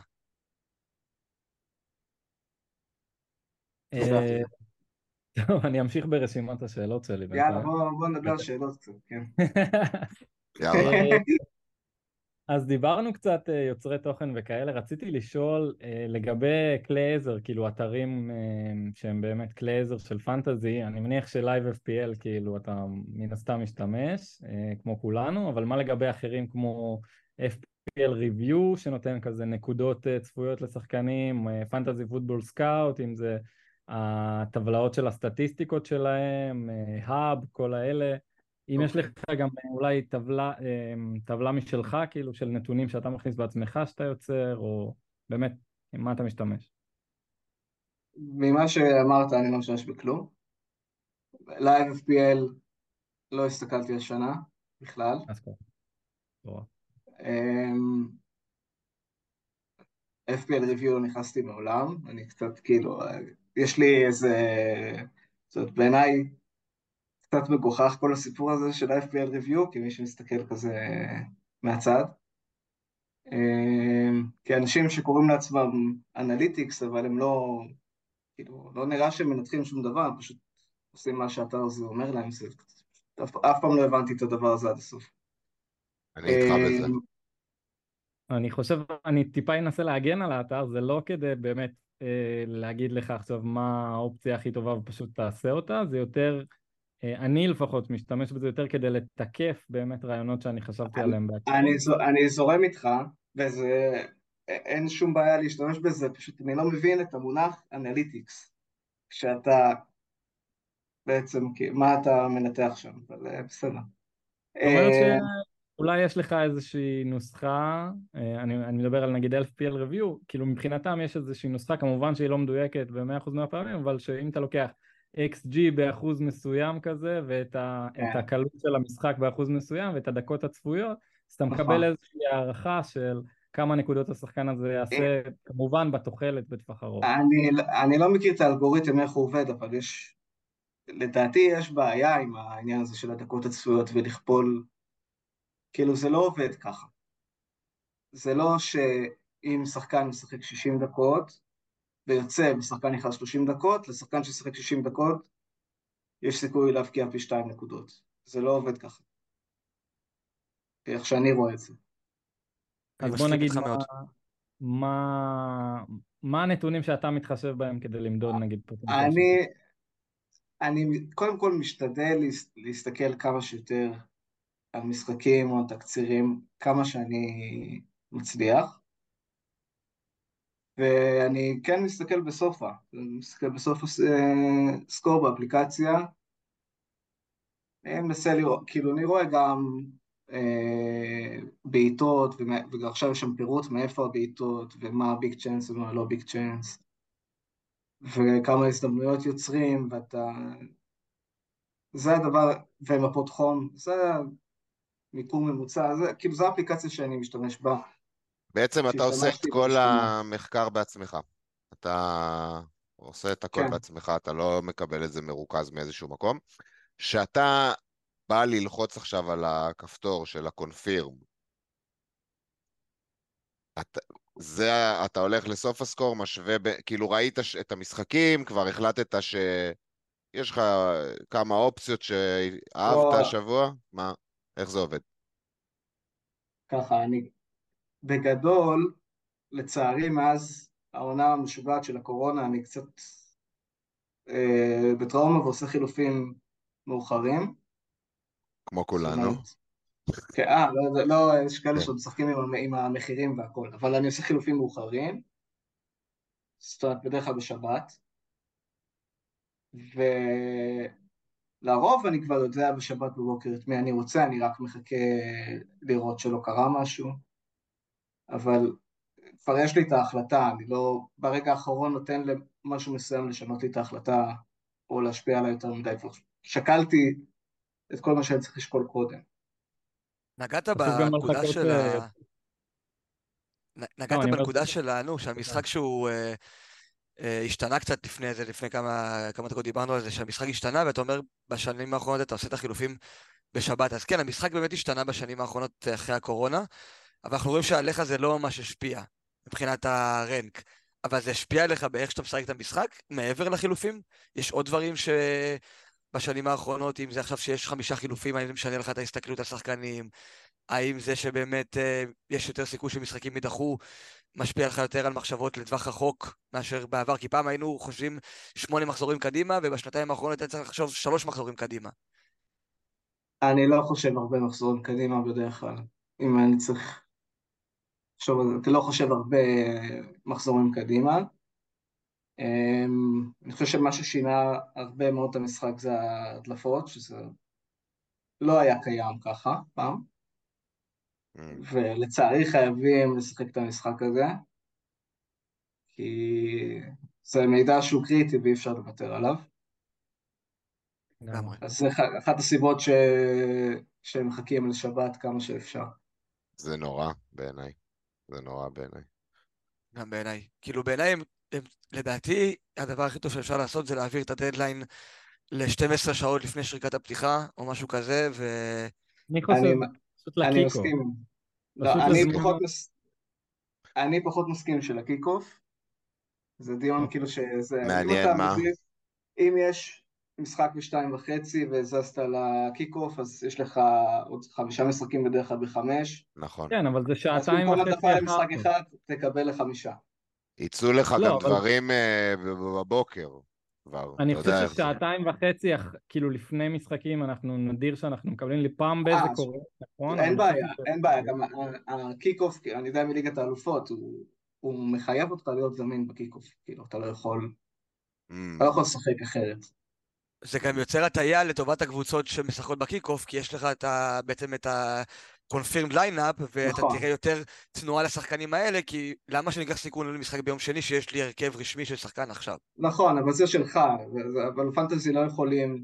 תודה. טוב, אני אמשיך ברשימת השאלות שלי יאללה, בינתיים. בוא נדבר על שאלות קצת, כן. יאללה. אז דיברנו קצת יוצרי תוכן וכאלה, רציתי לשאול לגבי כלי עזר, כאילו אתרים שהם באמת כלי עזר של פנטזי, אני מניח שלייב FPL כאילו אתה מן הסתם משתמש, כמו כולנו, אבל מה לגבי אחרים כמו FPL Review שנותן כזה נקודות צפויות לשחקנים, פנטזי פוטבול סקאוט, אם זה הטבלאות של הסטטיסטיקות שלהם, האב, כל האלה. אם יש לך גם אולי טבלה משלך, כאילו של נתונים שאתה מכניס בעצמך שאתה יוצר, או באמת, עם מה אתה משתמש? ממה שאמרת אני לא משתמש בכלום. לייב FPL לא הסתכלתי השנה בכלל. אז ככה, לא. אמ, FPL Review לא נכנסתי מעולם, אני קצת כאילו, יש לי איזה, זאת אומרת, בעיניי קצת מגוחך כל הסיפור הזה של ה-FPL Review, כמי שמסתכל כזה מהצד. כי אנשים שקוראים לעצמם אנליטיקס, אבל הם לא, כאילו, לא נראה שהם מנתחים שום דבר, הם פשוט עושים מה שהאתר הזה אומר להם, אף פעם לא הבנתי את הדבר הזה עד הסוף. אני איתך בזה. אני חושב, אני טיפה אנסה להגן על האתר, זה לא כדי באמת להגיד לך עכשיו מה האופציה הכי טובה ופשוט תעשה אותה, זה יותר, אני לפחות משתמש בזה יותר כדי לתקף באמת רעיונות שאני חשבתי עליהם בעצמי. אני זורם איתך, וזה, אין שום בעיה להשתמש בזה, פשוט אני לא מבין את המונח אנליטיקס, שאתה בעצם, מה אתה מנתח שם, אבל בסדר. זאת אומרת אה, שאולי יש לך איזושהי נוסחה, אני מדבר על נגיד FPL Review, כאילו מבחינתם יש איזושהי נוסחה, כמובן שהיא לא מדויקת ב-100% מהפעמים, אבל שאם אתה לוקח XG באחוז מסוים כזה, את כן, הקלות של המשחק באחוז מסוים, ואת הדקות הצפויות, אז אתה מקבל נכון. איזושהי הערכה של כמה נקודות השחקן הזה יעשה, כמובן בתוחלת בטווח ארוך. אני לא מכיר את האלגוריתם איך הוא עובד, אבל יש, לדעתי יש בעיה עם העניין הזה של הדקות הצפויות ולכפול, כאילו זה לא עובד ככה. זה לא שאם שחקן משחק 60 דקות ויוצא ושחקן נכנס 30 דקות, לשחקן ששחק 60 דקות יש סיכוי להבקיע פי 2 נקודות. זה לא עובד ככה, איך שאני רואה את זה. אני אז בוא מסכים נגיד איתך מאוד. מה, מה הנתונים שאתה מתחשב בהם כדי למדוד נגיד פוטנציאל של שחקן? אני, אני קודם כל משתדל להסתכל כמה שיותר על משחקים או תקצירים, כמה שאני מצליח, ואני כן מסתכל בסופה, מסתכל בסוף סקור באפליקציה, אני מנסה לראות, כאילו אני רואה גם בעיטות, ועכשיו יש שם פירוט מאיפה הבעיטות, ומה הביג צ'אנס ומה לא ביג צ'אנס, וכמה הזדמנויות יוצרים, זה הדבר, ומפות חום, זה מיקום ממוצע, זה, כאילו זו האפליקציה שאני משתמש בה, בעצם אתה עושה את שהשתמשתי בה כל השנה. המחקר בעצמך. אתה עושה את הכל כן, בעצמך, אתה לא מקבל את זה מרוכז מאיזשהו מקום. שאתה בא ללחוץ עכשיו על הכפתור של הקונפירם, אתה, אתה הולך לסוף הסקור, משווה, כאילו ראית את המשחקים, כבר החלטת שיש לך כמה אופציות שאהבת לא, השבוע? מה? איך זה עובד? ככה, אני בגדול, לצערי, מאז העונה המשוגעת של הקורונה, אני קצת בטראומה ועושה חילופים מאוחרים. כמו זאת כולנו. אומרת, לא, יש כאלה כן. שעוד משחקים עם המחירים והכל, אבל אני עושה חילופים מאוחרים, זאת אומרת, בדרך כלל בשבת, ולרוב אני כבר יודע בשבת בבוקר את מי אני רוצה, אני רק מחכה לראות שלא קרה משהו, אבל כבר יש לי את ההחלטה, אני לא ברגע האחרון נותן למשהו מסוים לשנות לי את ההחלטה, או להשפיע עליי יותר מדי, כבר שקלתי את כל מה שאני צריך לשקול קודם. נגעת חשוב גם לא בנקודה לחכות, של לא, נגעת אני אומר, בנקודה שלנו, שהמשחק שהוא השתנה קצת לפני זה, לפני כמה דקות דיברנו על זה, שהמשחק השתנה, ואתה אומר, בשנים האחרונות אתה עושה את החילופים בשבת. אז כן, המשחק באמת השתנה בשנים האחרונות אחרי הקורונה, אבל אנחנו רואים שעליך זה לא ממש השפיע, מבחינת הרנק. אבל זה השפיע עליך באיך שאתה משחק את המשחק, מעבר לחילופים? יש עוד דברים שבשנים האחרונות, אם זה עכשיו שיש 5 חילופים, האם זה משנה לך את ההסתכלות על שחקנים? האם זה שבאמת יש יותר סיכוי שמשחקים יידחו, משפיע לך יותר על מחשבות לטווח רחוק מאשר בעבר? כי פעם היינו חושבים 8 מחזורים קדימה, ובשנתיים האחרונות הייתה צריך לחשוב 3 מחזורים קדימה. אני לא חושב הרבה מחזורים קדימה בדרך כלל, אם אני צריך לחשוב על זה, אתה לא חושב הרבה מחזורים קדימה. אני חושב שמה ששינה הרבה מאוד את המשחק זה ההדלפות, שזה לא היה קיים ככה פעם, Mm. ולצערי חייבים לשחק את המשחק הזה, כי זה מידע שהוא קריטי ואי אפשר לוותר עליו. לגמרי. לגמרי. אז זה אחת הסיבות שמחכים לשבת כמה שאפשר. זה נורא בעיניי. זה נורא בעיניי. גם בעיניי. כאילו בעיניי, לדעתי, הדבר הכי טוב שאפשר לעשות זה להעביר את הדדליין ל-12 שעות לפני שריקת הפתיחה, או משהו כזה, אני אני, חושב, פשוט אני לקיקו, מסכים. לא, פשוט מסכים. לזמן. אני פחות מסכים של הקיק-אוף. זה דיון כאילו שזה, אם מעניין אתה מה? מוביל, אם יש משחק ב2:30 והזזת לקיק-אוף, אז יש לך עוד 5 משחקים בדרך כלל ב5, נכון. כן, אבל זה אז שעתיים במקום וחצי הדחה אחר למשחק כך. אחד, תקבל ל5. יצאו לך לא, גם אבל דברים בבוקר כבר, אתה אני חושב יודע איך זה. ששעתיים וחצי, כאילו לפני משחקים, אנחנו נדיר שאנחנו מקבלים לי פעם באיזה אה, קורא, נכון? אבל אין אני חושב בעיה, שזה... אין בעיה, גם הקיק-אוף, אני יודע מליגת האלופות, הוא מחייב אותך להיות זמין בקיק-אוף, כאילו, אתה לא Mm. יכול לשחק אחרת. זה גם יוצר הטעיה לטובת הקבוצות שמשחקות בקיק-אוף, כי יש לך בעצם את ה-confirmed line-up, ואתה נכון, תראה יותר תנועה לשחקנים האלה, כי למה שניקח סיכון למשחק ביום שני שיש לי הרכב רשמי של שחקן עכשיו? נכון, אבל זה שלך, אבל פנטזי לא יכולים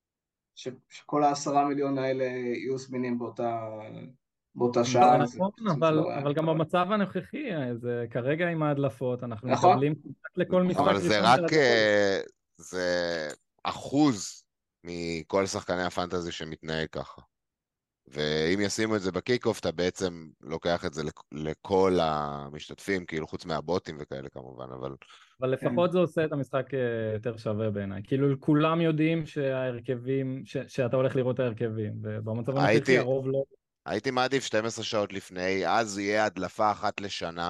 שכל ה10 מיליון האלה יהיו זמינים באותה זה שעה, נכון, זה לא אבל גם במצב הנוכחי, זה כרגע עם ההדלפות, אנחנו נכון, מקבלים קצת לכל משחק אבל זה ראשון של רק, הדקות. זה אחוז מכל שחקני הפנטזי שמתנהג ככה. ואם ישימו את זה בקיק-אוף, אתה בעצם לוקח את זה לכל המשתתפים, כאילו חוץ מהבוטים וכאלה כמובן, אבל אבל כן. לפחות זה עושה את המשחק יותר שווה בעיניי. כאילו כולם יודעים שההרכבים, שאתה הולך לראות את ההרכבים, ובמצב הנוכחי הייתי, הרוב לא. הייתי מעדיף 12 שעות לפני, אז יהיה הדלפה אחת לשנה,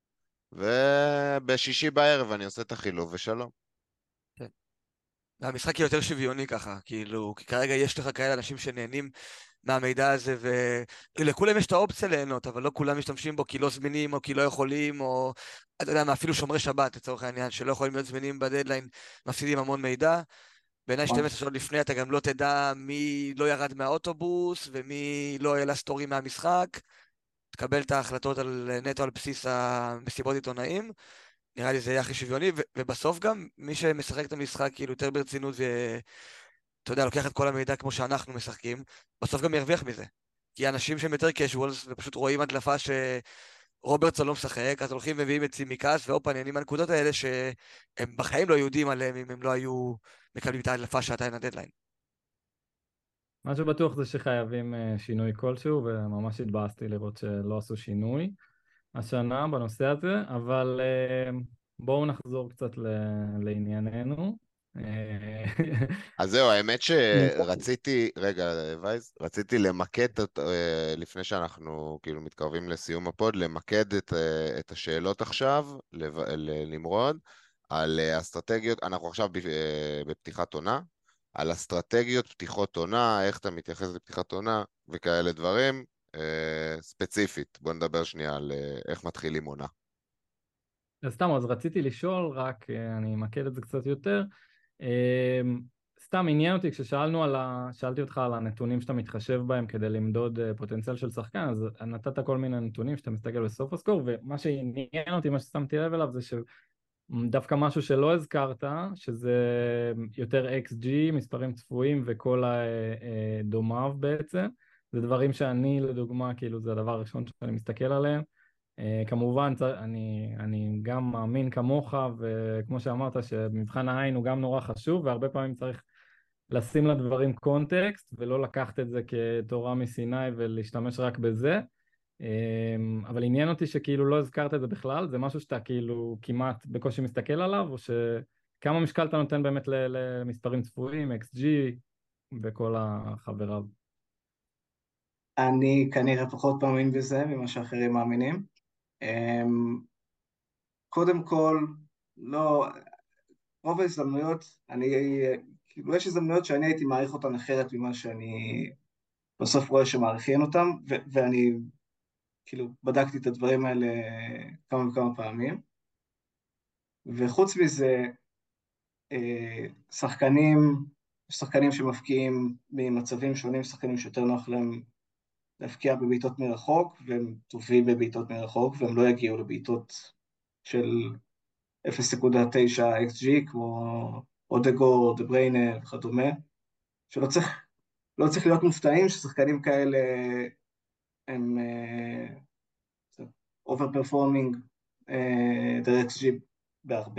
ובשישי בערב אני עושה את החילוף ושלום. כן. והמשחק יהיה יותר שוויוני ככה, כאילו, כי כרגע יש לך כאלה אנשים שנהנים מהמידע הזה, ולכולם יש את האופציה ליהנות, אבל לא כולם משתמשים בו כי לא זמינים, או כי לא יכולים, או, אתה יודע מה, אפילו שומרי שבת, לצורך העניין, שלא יכולים להיות זמינים בדדליין, מפסידים המון מידע. בעיניי נכון. 12 שעות לפני אתה גם לא תדע מי לא ירד מהאוטובוס, ומי לא העלה סטורי מהמשחק. תקבל את ההחלטות נטו על בסיס המסיבות עיתונאים. נראה לי זה יהיה הכי שוויוני, ובסוף גם מי שמשחק את המשחק כאילו יותר ברצינות, ואתה יודע, לוקח את כל המידע כמו שאנחנו משחקים, בסוף גם ירוויח מזה. כי אנשים שהם יותר casuals ופשוט רואים הדלפה שרוברטסון לא משחק, אז הולכים ומביאים את צימקס, והופה, נהנים מהנקודות האלה שהם בחיים לא יודעים עליהם אם הם לא היו מקבלים את ההדלפה שעתיים הדדליין. מה שבטוח זה שחייבים שינוי כלשהו, וממש התבאסתי לראות שלא עשו שינוי. השנה בנושא הזה, אבל בואו נחזור קצת לענייננו. אז זהו, האמת אני- שרציתי, רגע, וייז, רציתי למקד, לפני שאנחנו כאילו מתקרבים לסיום הפוד, למקד את השאלות עכשיו לנמרוד, על אסטרטגיות, אנחנו עכשיו בפתיחת עונה, על אסטרטגיות פתיחות עונה, איך אתה מתייחס לפתיחת עונה וכאלה דברים, ספציפית. בוא נדבר שנייה על איך מתחילים עונה. אז סתם, אז רציתי לשאול, רק אני אמקד את זה קצת יותר. סתם עניין אותי, שאלתי אותך על הנתונים שאתה מתחשב בהם כדי למדוד פוטנציאל של שחקן, אז נתת כל מיני נתונים שאתה מסתכל בסוף הסקור, ומה שעניין אותי, מה ששמתי לב אליו, זה שדווקא משהו שלא הזכרת, שזה יותר XG, מספרים צפויים וכל הדומיו בעצם, זה דברים שאני לדוגמה, כאילו זה הדבר הראשון שאני מסתכל עליהם. כמובן, אני גם מאמין כמוך, וכמו שאמרת, שמבחן העין הוא גם נורא חשוב, והרבה פעמים צריך לשים לדברים קונטקסט, ולא לקחת את זה כתורה מסיני ולהשתמש רק בזה. אבל עניין אותי שכאילו לא הזכרת את זה בכלל, זה משהו שאתה כאילו כמעט בקושי מסתכל עליו, או שכמה משקל אתה נותן באמת למספרים צפויים, XG וכל החבריו. אני כנראה פחות מאמין בזה ממה שאחרים מאמינים. אמ, קודם כל, לא, רוב ההזדמנויות, כאילו יש הזדמנויות שאני הייתי מעריך אותן אחרת ממה שאני בסוף רואה שמעריכים אותן, ואני כאילו בדקתי את הדברים האלה כמה וכמה פעמים. וחוץ מזה, שחקנים שמפקיעים ממצבים שונים, שחקנים שיותר נוח להם להפקיע בבעיטות מרחוק, והם טובים בבעיטות מרחוק, והם לא יגיעו לבעיטות של 0.9 XG, כמו אודגור, דה בריינה וכדומה, שלא צריך, לא צריך להיות מופתעים ששחקנים כאלה הם אובר פרפורמינג דרך XG בהרבה.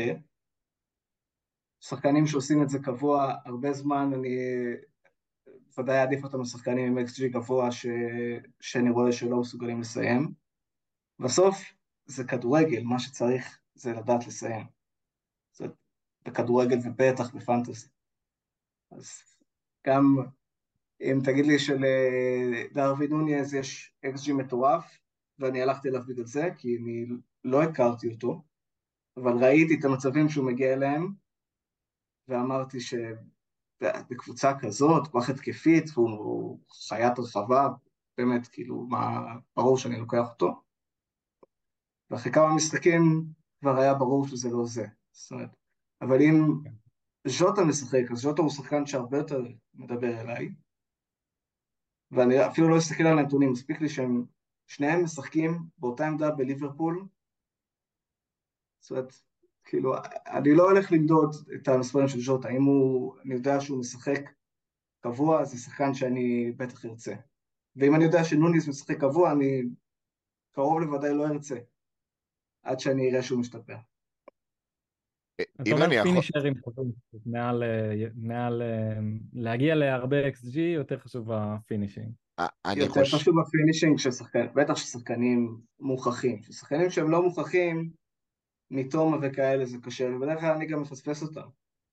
שחקנים שעושים את זה קבוע הרבה זמן, אני ודאי אעדיף אותם לשחקנים עם XG גבוה שאני רואה שלא מסוגלים לסיים. בסוף זה כדורגל, מה שצריך זה לדעת לסיים. זה בכדורגל ובטח בפנטסי. אז גם אם תגיד לי שלדרווין נוניז יש XG מטורף, ואני הלכתי אליו בגלל זה, כי אני לא הכרתי אותו, אבל ראיתי את המצבים שהוא מגיע אליהם, ואמרתי שבקבוצה כזאת, כוח התקפית, והוא חיית רחבה, באמת, כאילו, ברור שאני לוקח אותו. ואחרי כמה משחקים כבר היה ברור שזה לא זה. זאת אומרת, אבל אם ז'וטה משחק, אז ז'וטה הוא שחקן שהרבה יותר מדבר אליי, ואני אפילו לא אסתכל על הנתונים, מספיק לי שהם שניהם משחקים באותה עמדה בליברפול, זאת אומרת, כאילו, אני לא הולך למדוד את המספרים של ז'וטה, אם אני יודע שהוא משחק קבוע, זה שחקן שאני בטח ארצה. ואם אני יודע שנוניס משחק קבוע, אני קרוב לוודאי לא ארצה, עד שאני אראה שהוא משתפר. אתה אם אני אומר יכול... פינישרים חשובים, מעל להגיע להרבה XG, יותר חשוב הפינישינג. אני יותר חושב... חשוב הפינישינג של שחקנים, בטח ששחקנים מוכחים. ששחקנים שהם לא מוכחים, מתומה וכאלה זה קשה, ובדרך כלל אני גם מפספס אותם.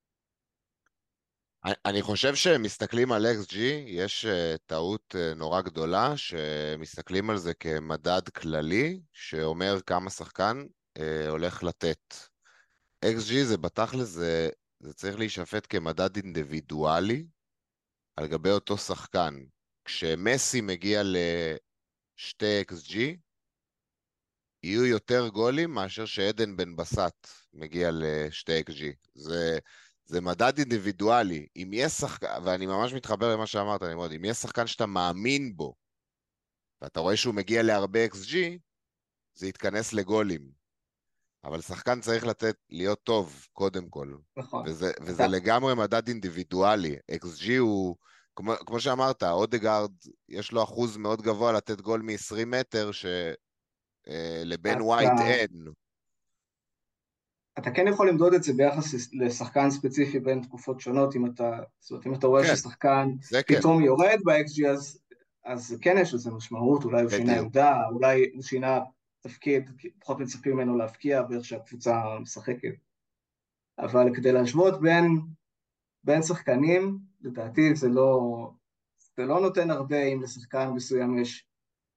אני חושב שמסתכלים על XG, יש טעות נורא גדולה, שמסתכלים על זה כמדד כללי, שאומר כמה שחקן הולך לתת. XG זה בתכל'ס, זה צריך להישפט כמדד אינדיבידואלי, על גבי אותו שחקן. כשמסי מגיע לשתי XG, יהיו יותר גולים מאשר שעדן בן בסט מגיע לשתי XG. זה מדד אינדיבידואלי. אם יש שחקן, ואני ממש מתחבר למה שאמרת, אני מאוד, אם יש שחקן שאתה מאמין בו, ואתה רואה שהוא מגיע להרבה XG, זה יתכנס לגולים. אבל שחקן צריך להיות טוב, קודם כל. נכון. וזה לגמרי מדד אינדיבידואלי. XG הוא, כמו שאמרת, אודגארד, יש לו אחוז מאוד גבוה לתת גול מ-20 מטר, שלבן ווייט אין. אתה כן יכול למדוד את זה ביחס לשחקן ספציפי בין תקופות שונות, זאת אומרת, אם אתה רואה כן, ששחקן זה כן. פתאום יורד ב-XG, אז כן יש לזה משמעות, אולי הוא שינה בדיוק. עמדה, אולי הוא שינה תפקיד, פחות מצפים ממנו להפקיע באיך שהקבוצה משחקת. אבל כדי להשוות בין שחקנים, לדעתי זה לא נותן הרבה אם לשחקן מסוים יש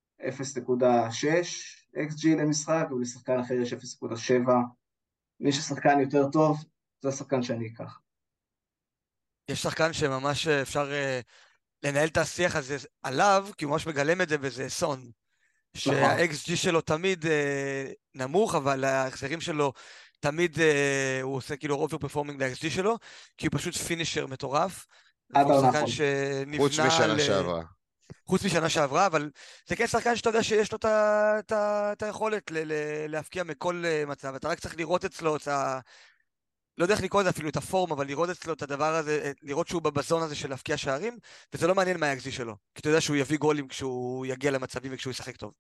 0.6 XG למשחק, ולשחקן אחר יש 0.7. מי ששחקן יותר טוב, זה השחקן שאני אקח. יש שחקן שממש אפשר לנהל את השיח הזה עליו, כי הוא ממש מגלם את זה, וזה סון. נכון. שה-XG שלו תמיד נמוך, אבל ההחזרים שלו תמיד הוא עושה כאילו אובר פרפורמינג ל-XG שלו, כי הוא פשוט פינישר מטורף, עד והוא העונה שחקן האחרונה. חוץ שנבנה משנה על... שעברה. חוץ משנה שעברה, אבל זה כן שחקן שאתה יודע שיש לו את היכולת להפקיע מכל מצב, אתה רק צריך לראות אצלו את ה... לא יודע איך לקרוא לזה אפילו את הפורם, אבל לראות אצלו את הדבר הזה, לראות שהוא בזון הזה של להפקיע שערים, וזה לא מעניין מה ה-XG שלו, כי אתה יודע שהוא יביא גולים כשהוא יגיע למצבים וכשהוא ישחק טוב.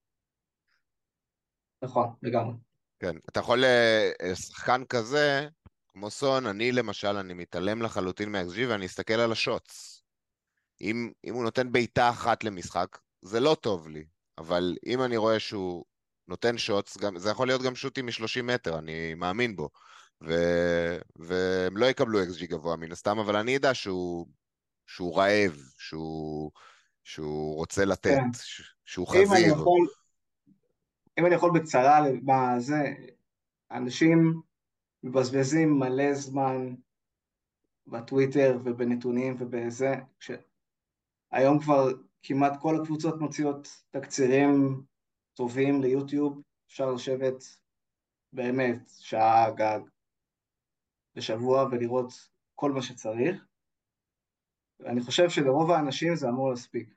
נכון, לגמרי. כן, אתה יכול, שחקן כזה, כמו סון, אני למשל, אני מתעלם לחלוטין מה-XG ואני אסתכל על השוטס. אם הוא נותן בעיטה אחת למשחק, זה לא טוב לי, אבל אם אני רואה שהוא נותן שוטס, זה יכול להיות גם שוטים מ-30 מטר, אני מאמין בו. והם לא יקבלו XG גבוה מן הסתם, אבל אני יודע שהוא רעב, שהוא רוצה לתת, כן. שהוא אם אני חזיר. יכול, אם אני יכול בקצרה, מה זה, אנשים מבזבזים מלא זמן בטוויטר ובנתונים ובזה, שהיום כבר כמעט כל הקבוצות מוציאות תקצירים טובים ליוטיוב, אפשר לשבת באמת שעה גג בשבוע ולראות כל מה שצריך, ואני חושב שלרוב האנשים זה אמור להספיק,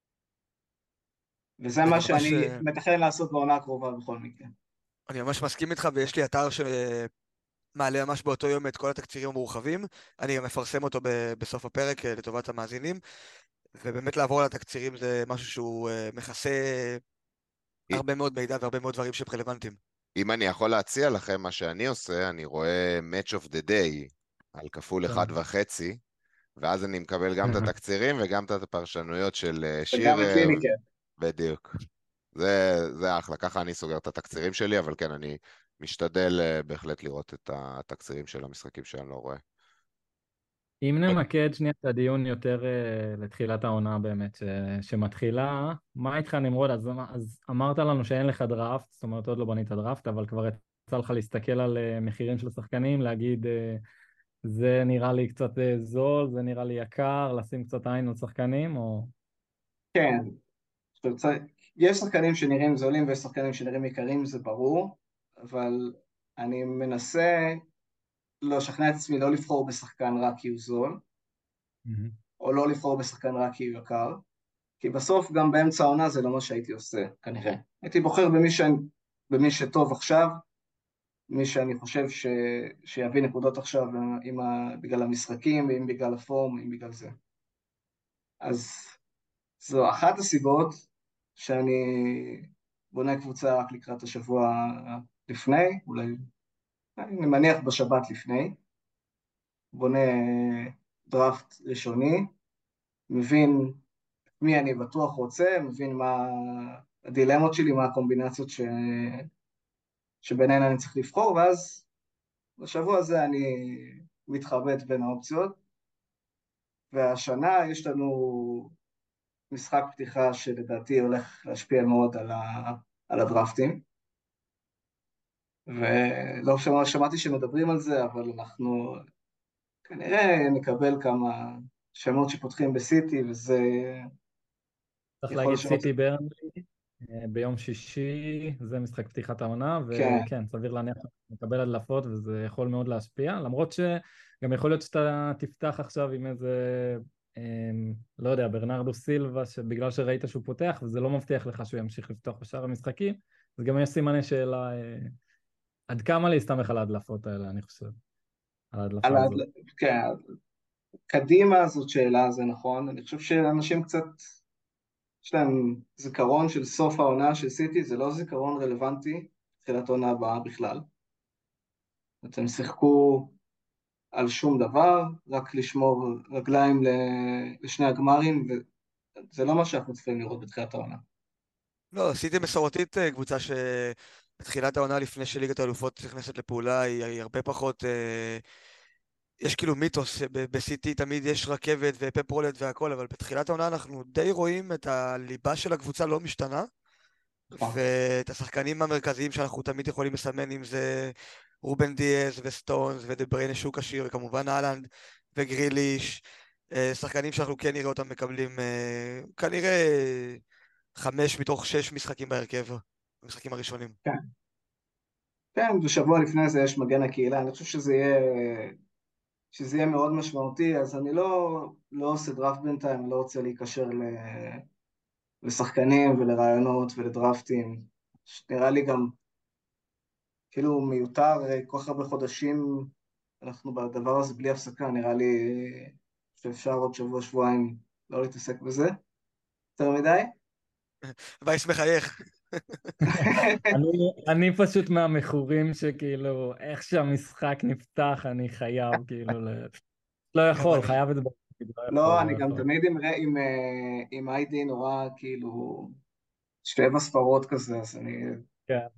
וזה אני מה ממש, שאני מתכנן לעשות בעונה הקרובה בכל מקרה. אני ממש מסכים איתך, ויש לי אתר שמעלה ממש באותו יום את כל התקצירים המורחבים, אני גם מפרסם אותו בסוף הפרק לטובת המאזינים, ובאמת לעבור על התקצירים זה משהו שהוא מכסה הרבה מאוד מידע והרבה מאוד דברים שהם רלוונטיים. אם אני יכול להציע לכם מה שאני עושה, אני רואה Match of the Day על כפול כן. 1.5, ואז אני מקבל גם את התקצירים וגם את הפרשנויות של וגם את שיר, ליניקר. בדיוק. זה אחלה, ככה אני סוגר את התקצירים שלי, אבל כן, אני משתדל בהחלט לראות את התקצירים של המשחקים שאני לא רואה. אם נמקד שנייה את הדיון יותר לתחילת העונה באמת, שמתחילה, מה איתך נמרוד? אז אמרת לנו שאין לך דראפט, זאת אומרת עוד לא בנית דראפט, אבל כבר יצא לך להסתכל על מחירים של שחקנים, להגיד זה נראה לי קצת זול, זה נראה לי יקר, לשים קצת עין על שחקנים, או... כן, יש שחקנים שנראים זולים ויש שחקנים שנראים יקרים, זה ברור, אבל אני מנסה לשכנע את עצמי לא לבחור בשחקן רק כי הוא זול, או לא לבחור בשחקן רק כי הוא יקר, כי בסוף גם באמצע העונה זה לא מה שהייתי עושה, כנראה. הייתי בוחר במי שטוב עכשיו, מי שאני חושב שיביא נקודות עכשיו בגלל המשחקים, ואם בגלל הפורם, אם בגלל זה. אז זו אחת הסיבות שאני בונה קבוצה רק לקראת השבוע לפני, אולי אני מניח בשבת לפני, בונה דראפט ראשוני, מבין מי אני בטוח רוצה, מבין מה הדילמות שלי, מה הקומבינציות שביניהן אני צריך לבחור, ואז בשבוע הזה אני מתחבט בין האופציות, והשנה יש לנו משחק פתיחה שלדעתי הולך להשפיע מאוד על הדרפטים, ולא שמעתי שמדברים על זה, אבל אנחנו כנראה נקבל כמה שמות שפותחים בסיטי, וזה צריך יכול להגיד לשנות. סיטי ברנלי ביום שישי, זה משחק פתיחת העונה, כן, וכן, סביר להניח שנקבל הדלפות וזה יכול מאוד להשפיע, למרות שגם יכול להיות שאתה תפתח עכשיו עם איזה, לא יודע, ברנרדו סילבה, שבגלל שראית שהוא פותח, וזה לא מבטיח לך שהוא ימשיך לפתוח בשאר המשחקים, אז גם יש סימני שאלה עד כמה להסתמך על ההדלפות האלה, אני חושב, על על ההדלפה הזאת. כן, קדימה זאת שאלה, זה נכון, אני חושב שאנשים קצת, יש להם זיכרון של סוף העונה של סיטי, זה לא זיכרון רלוונטי, תחילת העונה הבאה בכלל. אתם שיחקו על שום דבר, רק לשמור רגליים לשני הגמרים, וזה לא מה שאנחנו צריכים לראות בתחילת העונה. לא, סיטי מסורתית קבוצה שבתחילת העונה לפני שליגת האלופות נכנסת לפעולה היא הרבה פחות... יש כאילו מיתוס שבסיטי תמיד יש רכבת ופפ רולט והכל, אבל בתחילת העונה אנחנו די רואים את הליבה של הקבוצה לא משתנה, נכון. ואת השחקנים המרכזיים שאנחנו תמיד יכולים לסמן, אם זה רובן דיאז וסטונס ודה בריינה שוק השיר, וכמובן אהלנד וגריליש, שחקנים שאנחנו כן נראה אותם מקבלים כנראה 5 מתוך 6 משחקים בהרכב, המשחקים הראשונים. כן, כן, ושבוע לפני זה יש מגן הקהילה, אני חושב שזה יהיה מאוד משמעותי, אז אני לא עושה דראפט בינתיים, אני לא רוצה להיקשר לשחקנים ולרעיונות ולדראפטים, נראה לי גם כאילו מיותר כל כך הרבה חודשים, אנחנו בדבר הזה בלי הפסקה, נראה לי שאפשר עוד שבוע, שבועיים לא להתעסק בזה, יותר מדי. וייס מחייך. אני פשוט מהמכורים שכאילו, איך שהמשחק נפתח, אני חייב, כאילו, לא גם יכול, אני. חייב את זה בבית, לא יכול, לא, לא אני גם יכול. תמיד עם איי-די נורא, כאילו, 7 ספרות כזה, אז אני... כן.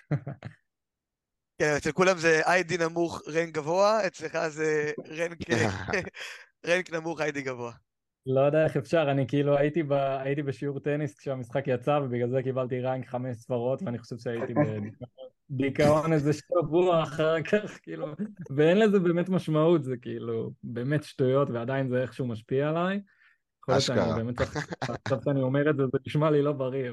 כן, אצל כולם זה איי-די נמוך, רנק גבוה, אצלך זה רנק נמוך, איי-די גבוה. לא יודע איך אפשר, אני כאילו הייתי בשיעור טניס כשהמשחק יצא, ובגלל זה קיבלתי רנק 5 ספרות, ואני חושב שהייתי בדיכאון איזה שבוע אחר כך, כאילו, ואין לזה באמת משמעות, זה כאילו באמת שטויות, ועדיין זה איכשהו משפיע עליי. יכול להיות שאני אשכרה. באמת צריך, עכשיו שאני אומר את זה, זה נשמע לי לא בריא.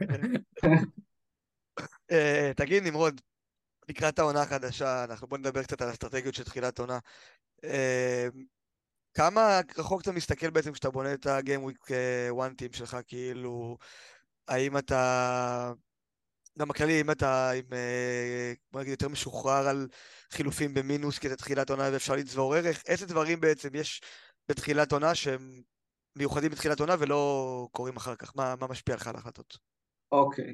תגיד, נמרוד, לקראת העונה החדשה, בוא נדבר קצת על אסטרטגיות של תחילת עונה. אה, כמה רחוק אתה מסתכל בעצם כשאתה בונה את הגיים וויק 1 טים שלך, כאילו, האם אתה, גם הכללי, אם אתה בוא נגיד, יותר משוחרר על חילופים במינוס כדי תחילת עונה ואפשר לצבור ערך, איזה דברים בעצם יש בתחילת עונה שהם מיוחדים בתחילת עונה ולא קורים אחר כך? מה משפיע לך על ההחלטות? אוקיי.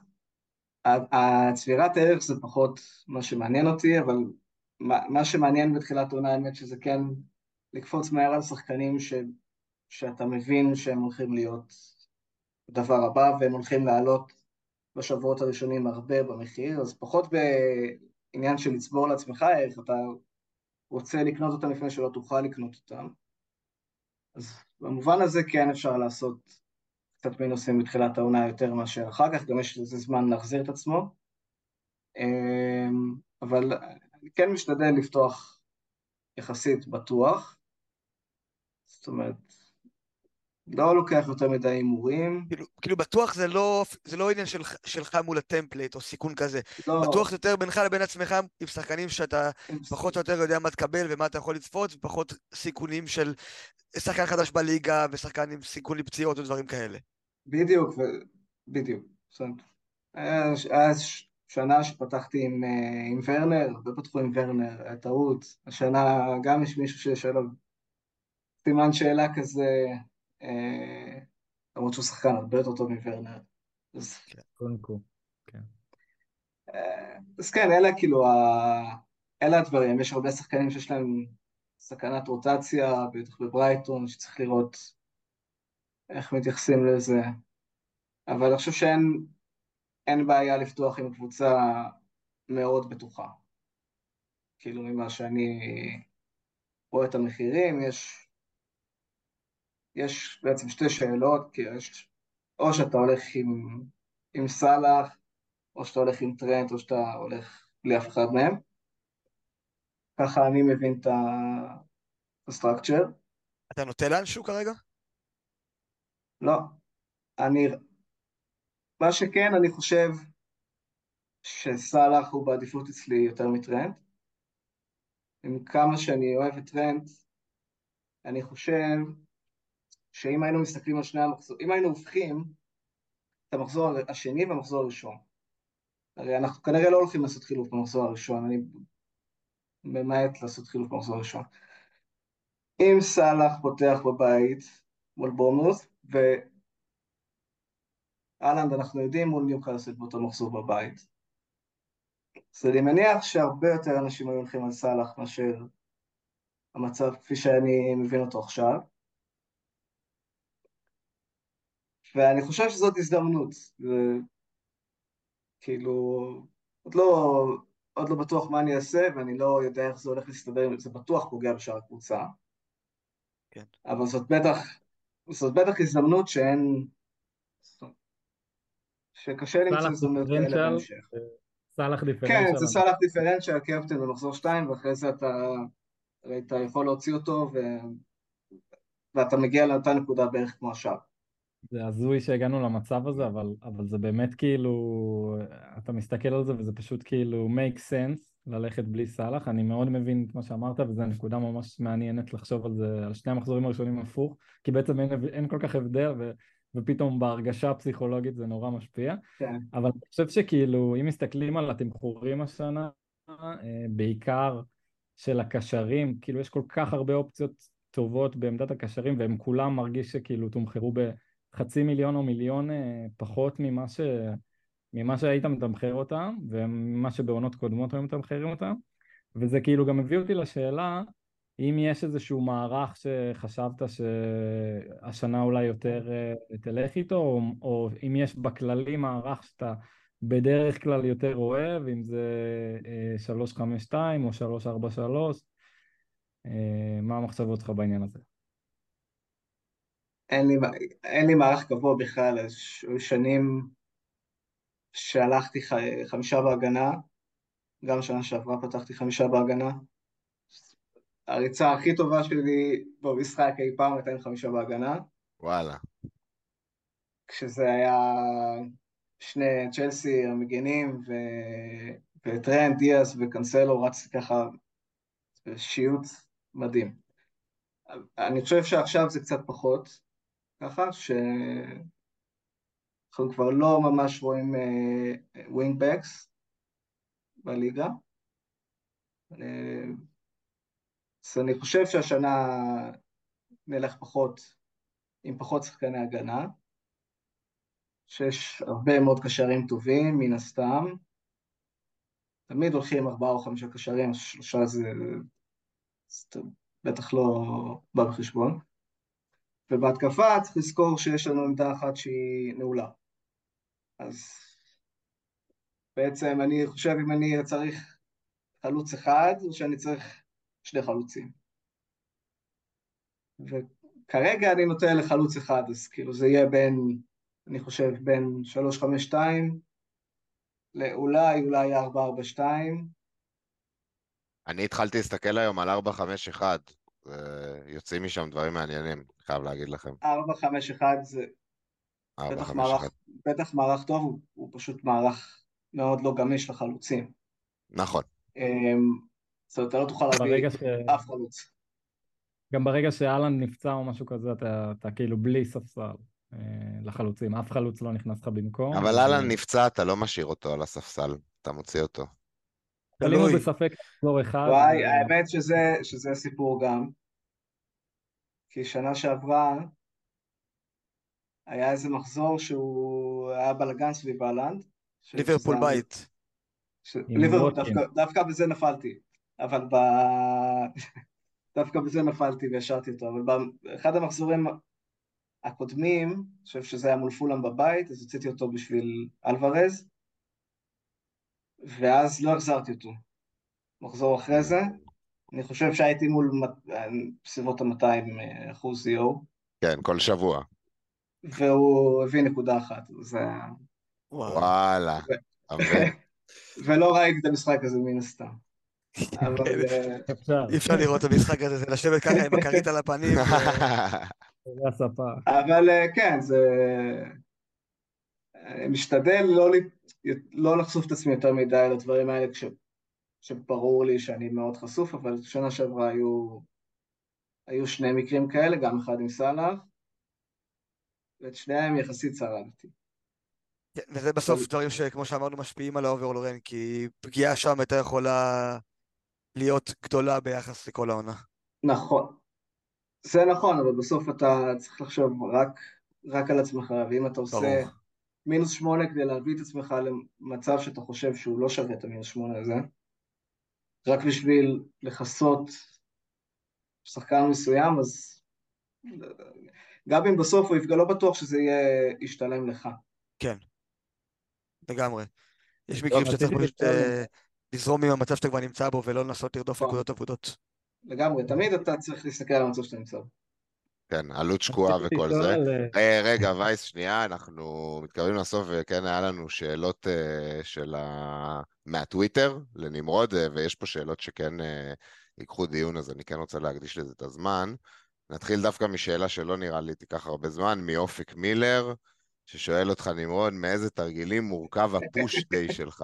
הצבירת הערך זה פחות מה שמעניין אותי, אבל מה שמעניין בתחילת עונה, האמת שזה כן לקפוץ מהר על שחקנים שאתה מבין שהם הולכים להיות הדבר הבא, והם הולכים לעלות בשבועות הראשונים הרבה במחיר, אז פחות בעניין של לצבור לעצמך ערך, אתה רוצה לקנות אותם לפני שלא תוכל לקנות אותם. אז במובן הזה כן אפשר לעשות קצת מינוסים בתחילת העונה יותר מאשר אחר כך, גם יש לזה זמן להחזיר את עצמו. אבל אני כן משתדל לפתוח יחסית בטוח, זאת אומרת, לא לוקח יותר מדי הימורים, כאילו בטוח זה לא עניין שלך מול הטמפלייט או סיכון כזה. בטוח לא, זה יותר בינך לבין עצמך עם שחקנים שאתה פחות או יותר יודע מה תקבל ומה אתה יכול לצפות, ופחות סיכונים של שחקן חדש בליגה ושחקן עם סיכון לפציעות ודברים כאלה. בדיוק, בדיוק. זאת אומרת, היה שנה שפתחתי עם ורנר, ופתחו עם ורנר, היה טעות, השנה גם יש מישהו שיש עליו סימן שאלה כזה, אה, למרות שהוא שחקן הרבה יותר טוב מוורנר. אז קונקו, כן. אז כן, אלה הדברים, יש הרבה שחקנים שיש להם סכנת רוטציה, בטח בברייטון, שצריך לראות איך מתייחסים לזה, אבל אני חושב שאין בעיה לפתוח עם קבוצה מאוד בטוחה. כאילו ממה שאני רואה את המחירים, יש בעצם 2 שאלות, כי או שאתה הולך עם סאלח, או שאתה הולך עם טרנט, או שאתה הולך בלי אף אחד מהם. ככה אני מבין את הסטרקצ'ר. אתה נוטה לאנשהו כרגע? לא, אני, מה שכן, אני חושב שסאלח הוא בעדיפות אצלי יותר מטרנט. עם כמה שאני אוהב את טרנט, אני חושב שאם היינו מסתכלים על שני המחזורים, אם היינו הופכים את המחזור השני והמחזור הראשון, הרי אנחנו כנראה לא הולכים לעשות חילוף במחזור הראשון, אני ממעט לעשות חילוף במחזור הראשון. אם סאלח פותח בבית מול בורנמות' ואלנד אנחנו יודעים מול ניוקאסל באותו מחזור בבית, אז אני מניח שהרבה יותר אנשים היו הולכים על סאלח מאשר המצב כפי שאני מבין אותו עכשיו. ואני חושב שזאת הזדמנות. כאילו, עוד לא, עוד לא בטוח מה אני אעשה, ואני לא יודע איך זה הולך להסתדר, זה בטוח פוגע בשאר הקבוצה, כן. אבל זאת בטח הזדמנות שקשה למצוא סאלח הזדמנויות כאלה דיפרנציאל, בהמשך. סאלח כן, דיפרנציאל. זה סאלח דיפרנציאל קפטן במחזור 2, ואחרי זה אתה יכול להוציא אותו, ואתה מגיע לאותה נקודה בערך כמו השאר. זה הזוי שהגענו למצב הזה, אבל זה באמת כאילו, אתה מסתכל על זה וזה פשוט כאילו make sense ללכת בלי סאלח. אני מאוד מבין את מה שאמרת, וזו נקודה ממש מעניינת לחשוב על זה, על שני המחזורים הראשונים הפוך, כי בעצם אין כל כך הבדל, ופתאום בהרגשה הפסיכולוגית זה נורא משפיע. כן. אבל אני חושב שכאילו, אם מסתכלים על התמחורים השנה, בעיקר של הקשרים, כאילו יש כל כך הרבה אופציות טובות בעמדת הקשרים, והם כולם מרגיש שכאילו תומחרו ב500,000 או מיליון פחות ממה שהיית מתמחר אותם, וממה שבעונות קודמות היו מתמחרים אותם. וזה כאילו גם הביא אותי לשאלה, אם יש איזשהו מערך שחשבת שהשנה אולי יותר תלך איתו, או אם יש בכללי מערך שאתה בדרך כלל יותר אוהב, אם זה 352 או 343, מה המחשבות שלך בעניין הזה? אין לי מערך קבוע בכלל, אז שנים שהלכתי 5 בהגנה, גם שנה שעברה פתחתי 5 בהגנה. הריצה הכי טובה שלי במשחק אי פעם הייתה עם 5 בהגנה, וואלה. כשזה היה שני צ'לסי המגנים, וטרנט, דיאס וקנסלו רץ ככה שיוט מדהים. אני חושב שעכשיו זה קצת פחות, ככה שאנחנו כבר לא ממש רואים ווינג בקס בליגה. אז אני חושב שהשנה נלך פחות, עם פחות שחקני הגנה, שיש הרבה מאוד קשרים טובים, מן הסתם. תמיד הולכים 4 או 5 קשרים, 3 זה בטח לא בא בחשבון. ובהתקפה צריך לזכור שיש לנו עמדה אחת שהיא נעולה. אז בעצם אני חושב אם אני צריך חלוץ אחד, או שאני צריך 2 חלוצים. וכרגע אני נוטה לחלוץ אחד, אז כאילו זה יהיה אני חושב, בין 352 לאולי 442. אני התחלתי להסתכל היום על 451, יוצאים משם דברים מעניינים, חייב להגיד לכם. 451 זה 451. בטח מערך טוב, הוא פשוט מערך מאוד לא גמיש לחלוצים. נכון. זאת אומרת, אתה לא תוכל להביא אף חלוץ. גם ברגע שאלן נפצע או משהו כזה, אתה כאילו בלי ספסל לחלוצים, אף חלוץ לא נכנס לך במקום. אבל אלן נפצע, אתה לא משאיר אותו על הספסל, אתה מוציא אותו. אבל אם הוא בספק מחזור אחד... וואי, האמת שזה סיפור גם, כי שנה שעברה היה איזה מחזור שהוא היה בלגן סביב אלן. ליברפול בית. ליברפול, דווקא בזה נפלתי, אבל דווקא בזה נפלתי והשארתי אותו, אבל באחד המחזורים הקודמים, אני חושב שזה היה מול פולאם בבית, אז הוצאתי אותו בשביל אלוורז, ואז לא החזרתי אותו. מחזור אחרי זה, אני חושב שהייתי מול בסביבות ה-200% CO. כן, כל שבוע. והוא הביא נקודה אחת. וואלה. ולא ראיתי את המשחק הזה מן הסתם. אי אפשר לראות את המשחק הזה, זה לשבת ככה עם הכרית על הפנים. אבל כן, זה... משתדל לא לחשוף את עצמי יותר מדי על הדברים האלה, שברור לי שאני מאוד חשוף, אבל שנה שעברה היו 2 מקרים כאלה, גם אחד עם סלאח, ואת שניהם יחסית שרדתי. וזה בסוף דברים שכמו שאמרנו משפיעים על האוברול, כי פגיעה שם הייתה יכולה להיות גדולה ביחס לכל העונה. נכון, זה נכון, אבל בסוף אתה צריך לחשוב רק על עצמך, ואם אתה עושה -8 כדי להביא את עצמך למצב שאתה חושב שהוא לא שווה את ה-8 הזה, רק בשביל לחסות שחקן מסוים, אז גם אם בסוף הוא יפגע, לא בטוח שזה ישתלם לך. כן, לגמרי. יש טוב, מקרים שאתה צריך רציתי פשוט לשאול, לזרום עם המצב שאתה כבר נמצא בו, ולא לנסות לרדוף נכון, נקודות אבודות. לגמרי, תמיד אתה צריך להסתכל על המצב שאתה נמצא בו. כן, עלות שקועה רציתי וכל זה. לשאול, רגע, וייס, שנייה, אנחנו מתקרבים לסוף, וכן היה לנו שאלות מהטוויטר לנמרוד, ויש פה שאלות שכן ייקחו דיון, אז אני כן רוצה להקדיש לזה את הזמן. נתחיל דווקא משאלה שלא נראה לי תיקח הרבה זמן, מאופיק מילר, ששואל אותך, נמרוד, מאיזה תרגילים מורכב הפוש דיי שלך?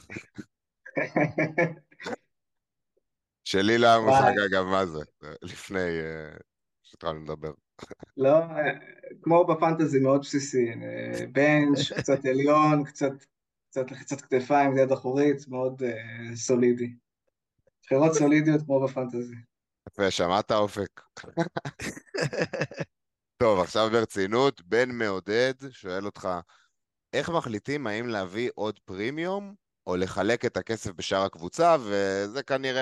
שלי לא היה מושג, וואי, אגב, מה זה, לפני שהתחלנו לדבר. לא, כמו בפנטזי מאוד בסיסי, בנץ', קצת עליון, קצת לחיצת כתפיים, יד אחורית, מאוד סולידי. בחירות סולידיות כמו בפנטזי. יפה, שמעת אופק? טוב, עכשיו ברצינות, בן מעודד שואל אותך, איך מחליטים האם להביא עוד פרימיום, או לחלק את הכסף בשאר הקבוצה, וזה כנראה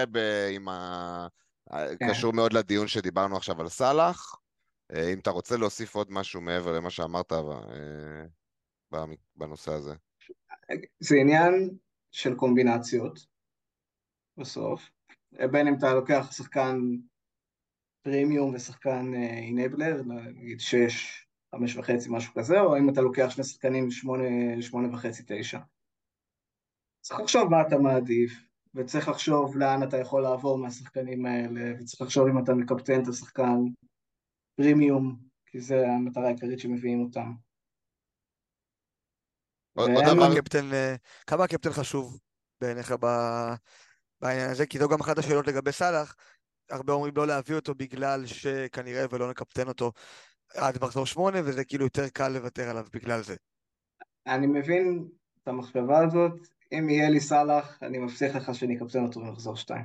כן. קשור מאוד לדיון שדיברנו עכשיו על סאלח. אם אתה רוצה להוסיף עוד משהו מעבר למה שאמרת בנושא הזה. זה עניין של קומבינציות בסוף, בין אם אתה לוקח שחקן פרימיום ושחקן אינבלר, נגיד 6, 5.5, משהו כזה, או אם אתה לוקח שני שחקנים 8, 8.5, 9. צריך לחשוב מה אתה מעדיף, וצריך לחשוב לאן אתה יכול לעבור מהשחקנים האלה, וצריך לחשוב אם אתה מקפטן את השחקן פרימיום, כי זה המטרה העיקרית שמביאים אותם. עוד ואין... דבר, כמה הקפטן חשוב בעיניך בעניין הזה? כי זו גם אחת השאלות לגבי סאלח. הרבה אומרים לא להביא אותו בגלל שכנראה ולא נקפטן אותו עד מחזור 8, וזה כאילו יותר קל לוותר עליו בגלל זה. אני מבין את המחשבה הזאת, אם יהיה לי סאלח, אני מבטיח לך שאני אקפטן אותו במחזור 2.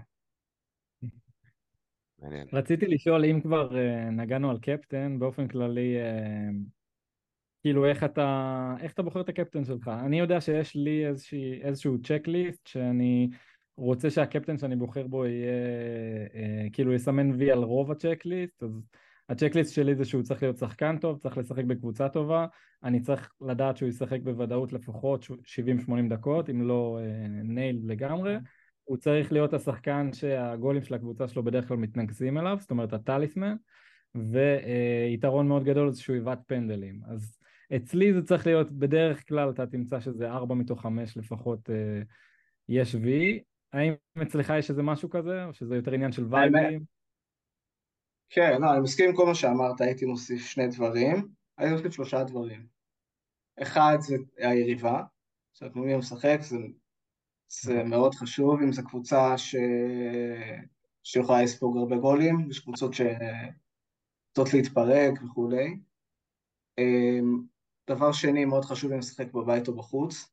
מעניין. רציתי לשאול אם כבר נגענו על קפטן, באופן כללי, כאילו איך אתה בוחר את הקפטן שלך? אני יודע שיש לי איזשהו צ'קליסט שאני רוצה שהקפטן שאני בוחר בו יהיה, כאילו יסמן וי על רוב הצ'קליסט, אז הצ'קליסט שלי זה שהוא צריך להיות שחקן טוב, צריך לשחק בקבוצה טובה, אני צריך לדעת שהוא ישחק בוודאות לפחות 70-80 דקות, אם לא נייל לגמרי, הוא צריך להיות השחקן שהגולים של הקבוצה שלו בדרך כלל מתנגזים אליו, זאת אומרת הטליסמן, ויתרון מאוד גדול זה שהוא יבעט פנדלים. אז אצלי זה צריך להיות, בדרך כלל אתה תמצא שזה 4 מתוך 5 לפחות יש וי. האם אצלך יש איזה משהו כזה, או שזה יותר עניין של האמת, וייבים? כן, לא, אני מסכים עם כל מה שאמרת, הייתי מוסיף שני דברים, הייתי מוסיף 3 דברים. אחד זה היריבה, זאת אומרת, מי משחק, זה מאוד חשוב, אם זו קבוצה שיכולה לספוג הרבה גולים, יש קבוצות שרוצות להתפרק וכולי. דבר שני, מאוד חשוב אם לשחק בבית או בחוץ,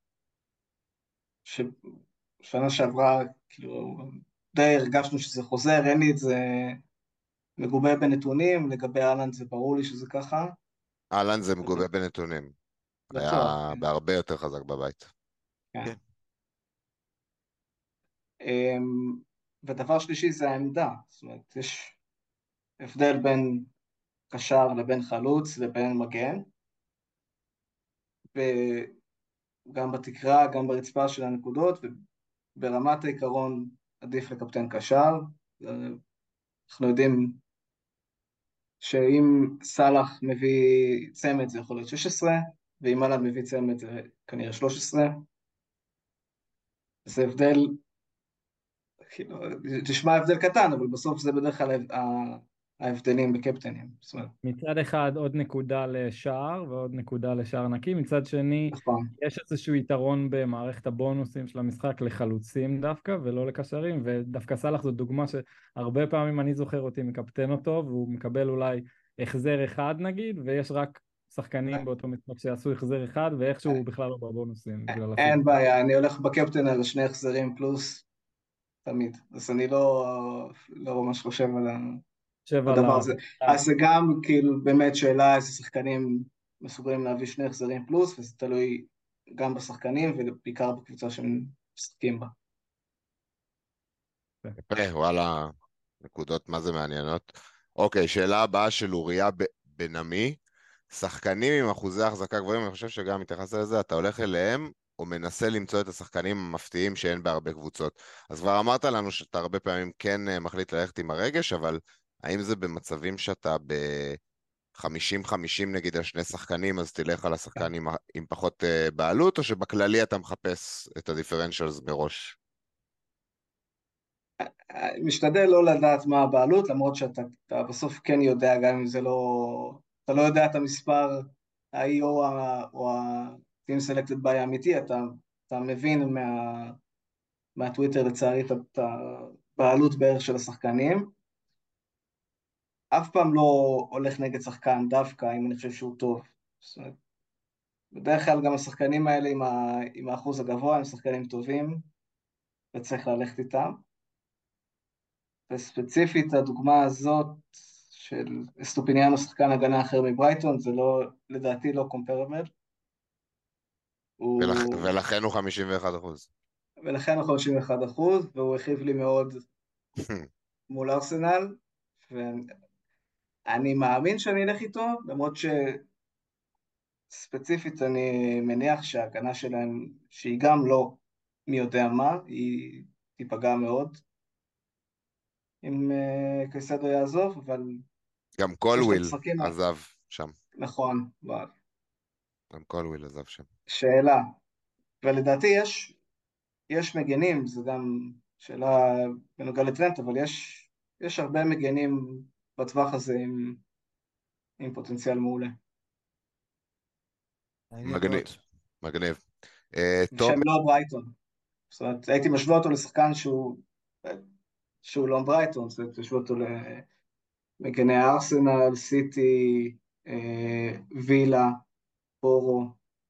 ששנה שעברה, כאילו, די הרגשנו שזה חוזר, אין לי את זה מגובה בנתונים, לגבי אהלנד זה ברור לי שזה ככה. אהלן זה מגובה בנתונים. בטוח, היה כן. בהרבה יותר חזק בבית. כן. כן. ודבר שלישי זה העמדה, זאת אומרת, יש הבדל בין קשר לבין חלוץ לבין מגן, וגם בתקרה, גם ברצפה של הנקודות, וברמת העיקרון עדיף לקפטן קשר. אנחנו יודעים שאם סאלח מביא צמד זה יכול להיות 16, ואם אהלנד מביא צמד זה כנראה 13. זה הבדל, כאילו, תשמע הבדל קטן, אבל בסוף זה בדרך כלל ההבדלים בקפטנים. זאת אומרת, מצד אחד עוד נקודה לשער ועוד נקודה לשער נקי, מצד שני נכון. יש איזשהו יתרון במערכת הבונוסים של המשחק לחלוצים דווקא ולא לקשרים, ודווקא סאלח זאת דוגמה שהרבה פעמים אני זוכר אותי מקפטן אותו והוא מקבל אולי החזר אחד נגיד, ויש רק שחקנים באותו משחק שיעשו החזר אחד ואיכשהו הוא בכלל לא בבונוסים בגלל אין הסיפור. בעיה, אני הולך בקפטן על שני החזרים פלוס תמיד, אז אני לא ממש חושב שבע הדבר לה... הזה. אז זה גם כאילו באמת שאלה איזה שחקנים מסוגלים להביא שני החזרים פלוס, וזה תלוי גם בשחקנים ובעיקר בקבוצה שהם משחקים בה. וואלה, נקודות מה זה מעניינות. אוקיי, שאלה הבאה של אוריה בן עמי. שחקנים עם אחוזי החזקה גבוהים, אני חושב שגם מתייחס לזה, אתה הולך אליהם, או מנסה למצוא את השחקנים המפתיעים שאין בהרבה קבוצות. אז כבר אמרת לנו שאתה הרבה פעמים כן מחליט ללכת עם הרגש, אבל האם זה במצבים שאתה ב-50-50 נגיד על שני שחקנים, אז תלך על השחקן עם פחות בעלות, או שבכללי אתה מחפש את הדיפרנציאלס מראש? משתדל לא לדעת מה הבעלות, למרות שאתה בסוף כן יודע, גם אם זה לא... אתה לא יודע את המספר ה-EO או ה-Team Selected by האמיתי, אתה מבין מהטוויטר לצערי את הבעלות בערך של השחקנים. אף פעם לא הולך נגד שחקן דווקא, אם אני חושב שהוא טוב. זאת אומרת, בדרך כלל גם השחקנים האלה עם האחוז הגבוה הם שחקנים טובים, וצריך ללכת איתם. וספציפית הדוגמה הזאת של אסטופיניאנו, שחקן הגנה אחר מברייטון, זה לא, לדעתי לא קומפרבל. ולכן הוא 51%. ולכן הוא 51%, והוא הכאיב לי מאוד מול ארסנל, ואני מאמין שאני אלך איתו, למרות שספציפית אני מניח שההגנה שלהם, שהיא גם לא מי יודע מה, היא תיפגע מאוד, אם קייסדו יעזוב, אבל... גם קולוויל עזב שם. נכון, גם קולוויל עזב שם. שאלה, ולדעתי יש מגנים, זו גם שאלה בנוגע לטרנט, אבל יש הרבה מגנים בטווח הזה עם פוטנציאל מעולה. מגניב, מגניב. שהם לא ברייטון. זאת אומרת, הייתי משווה אותו לשחקן שהוא לא ברייטון, זאת אומרת, משווה אותו למגני ארסנל, סיטי, וילה, פורו.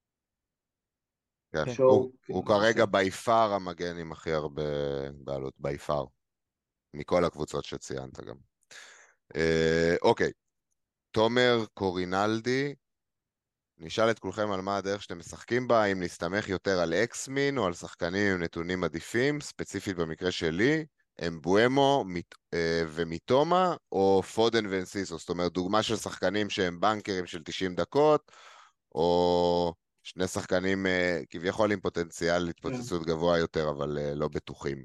כן, הוא כרגע ביפר המגן עם הכי הרבה בעלות, ביפר. מכל הקבוצות שציינת גם. אוקיי, תומר קורינלדי, נשאל את כולכם על מה הדרך שאתם משחקים בה, אם להסתמך יותר על אקסמין או על שחקנים עם נתונים עדיפים, ספציפית במקרה שלי, אמבואמו ומיטומה, או פודן ואנסיסו, זאת אומרת, דוגמה של שחקנים שהם בנקרים של 90 דקות, או שני שחקנים כביכול עם פוטנציאל להתפוצצות גבוה יותר, אבל לא בטוחים.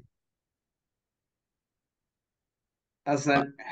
אז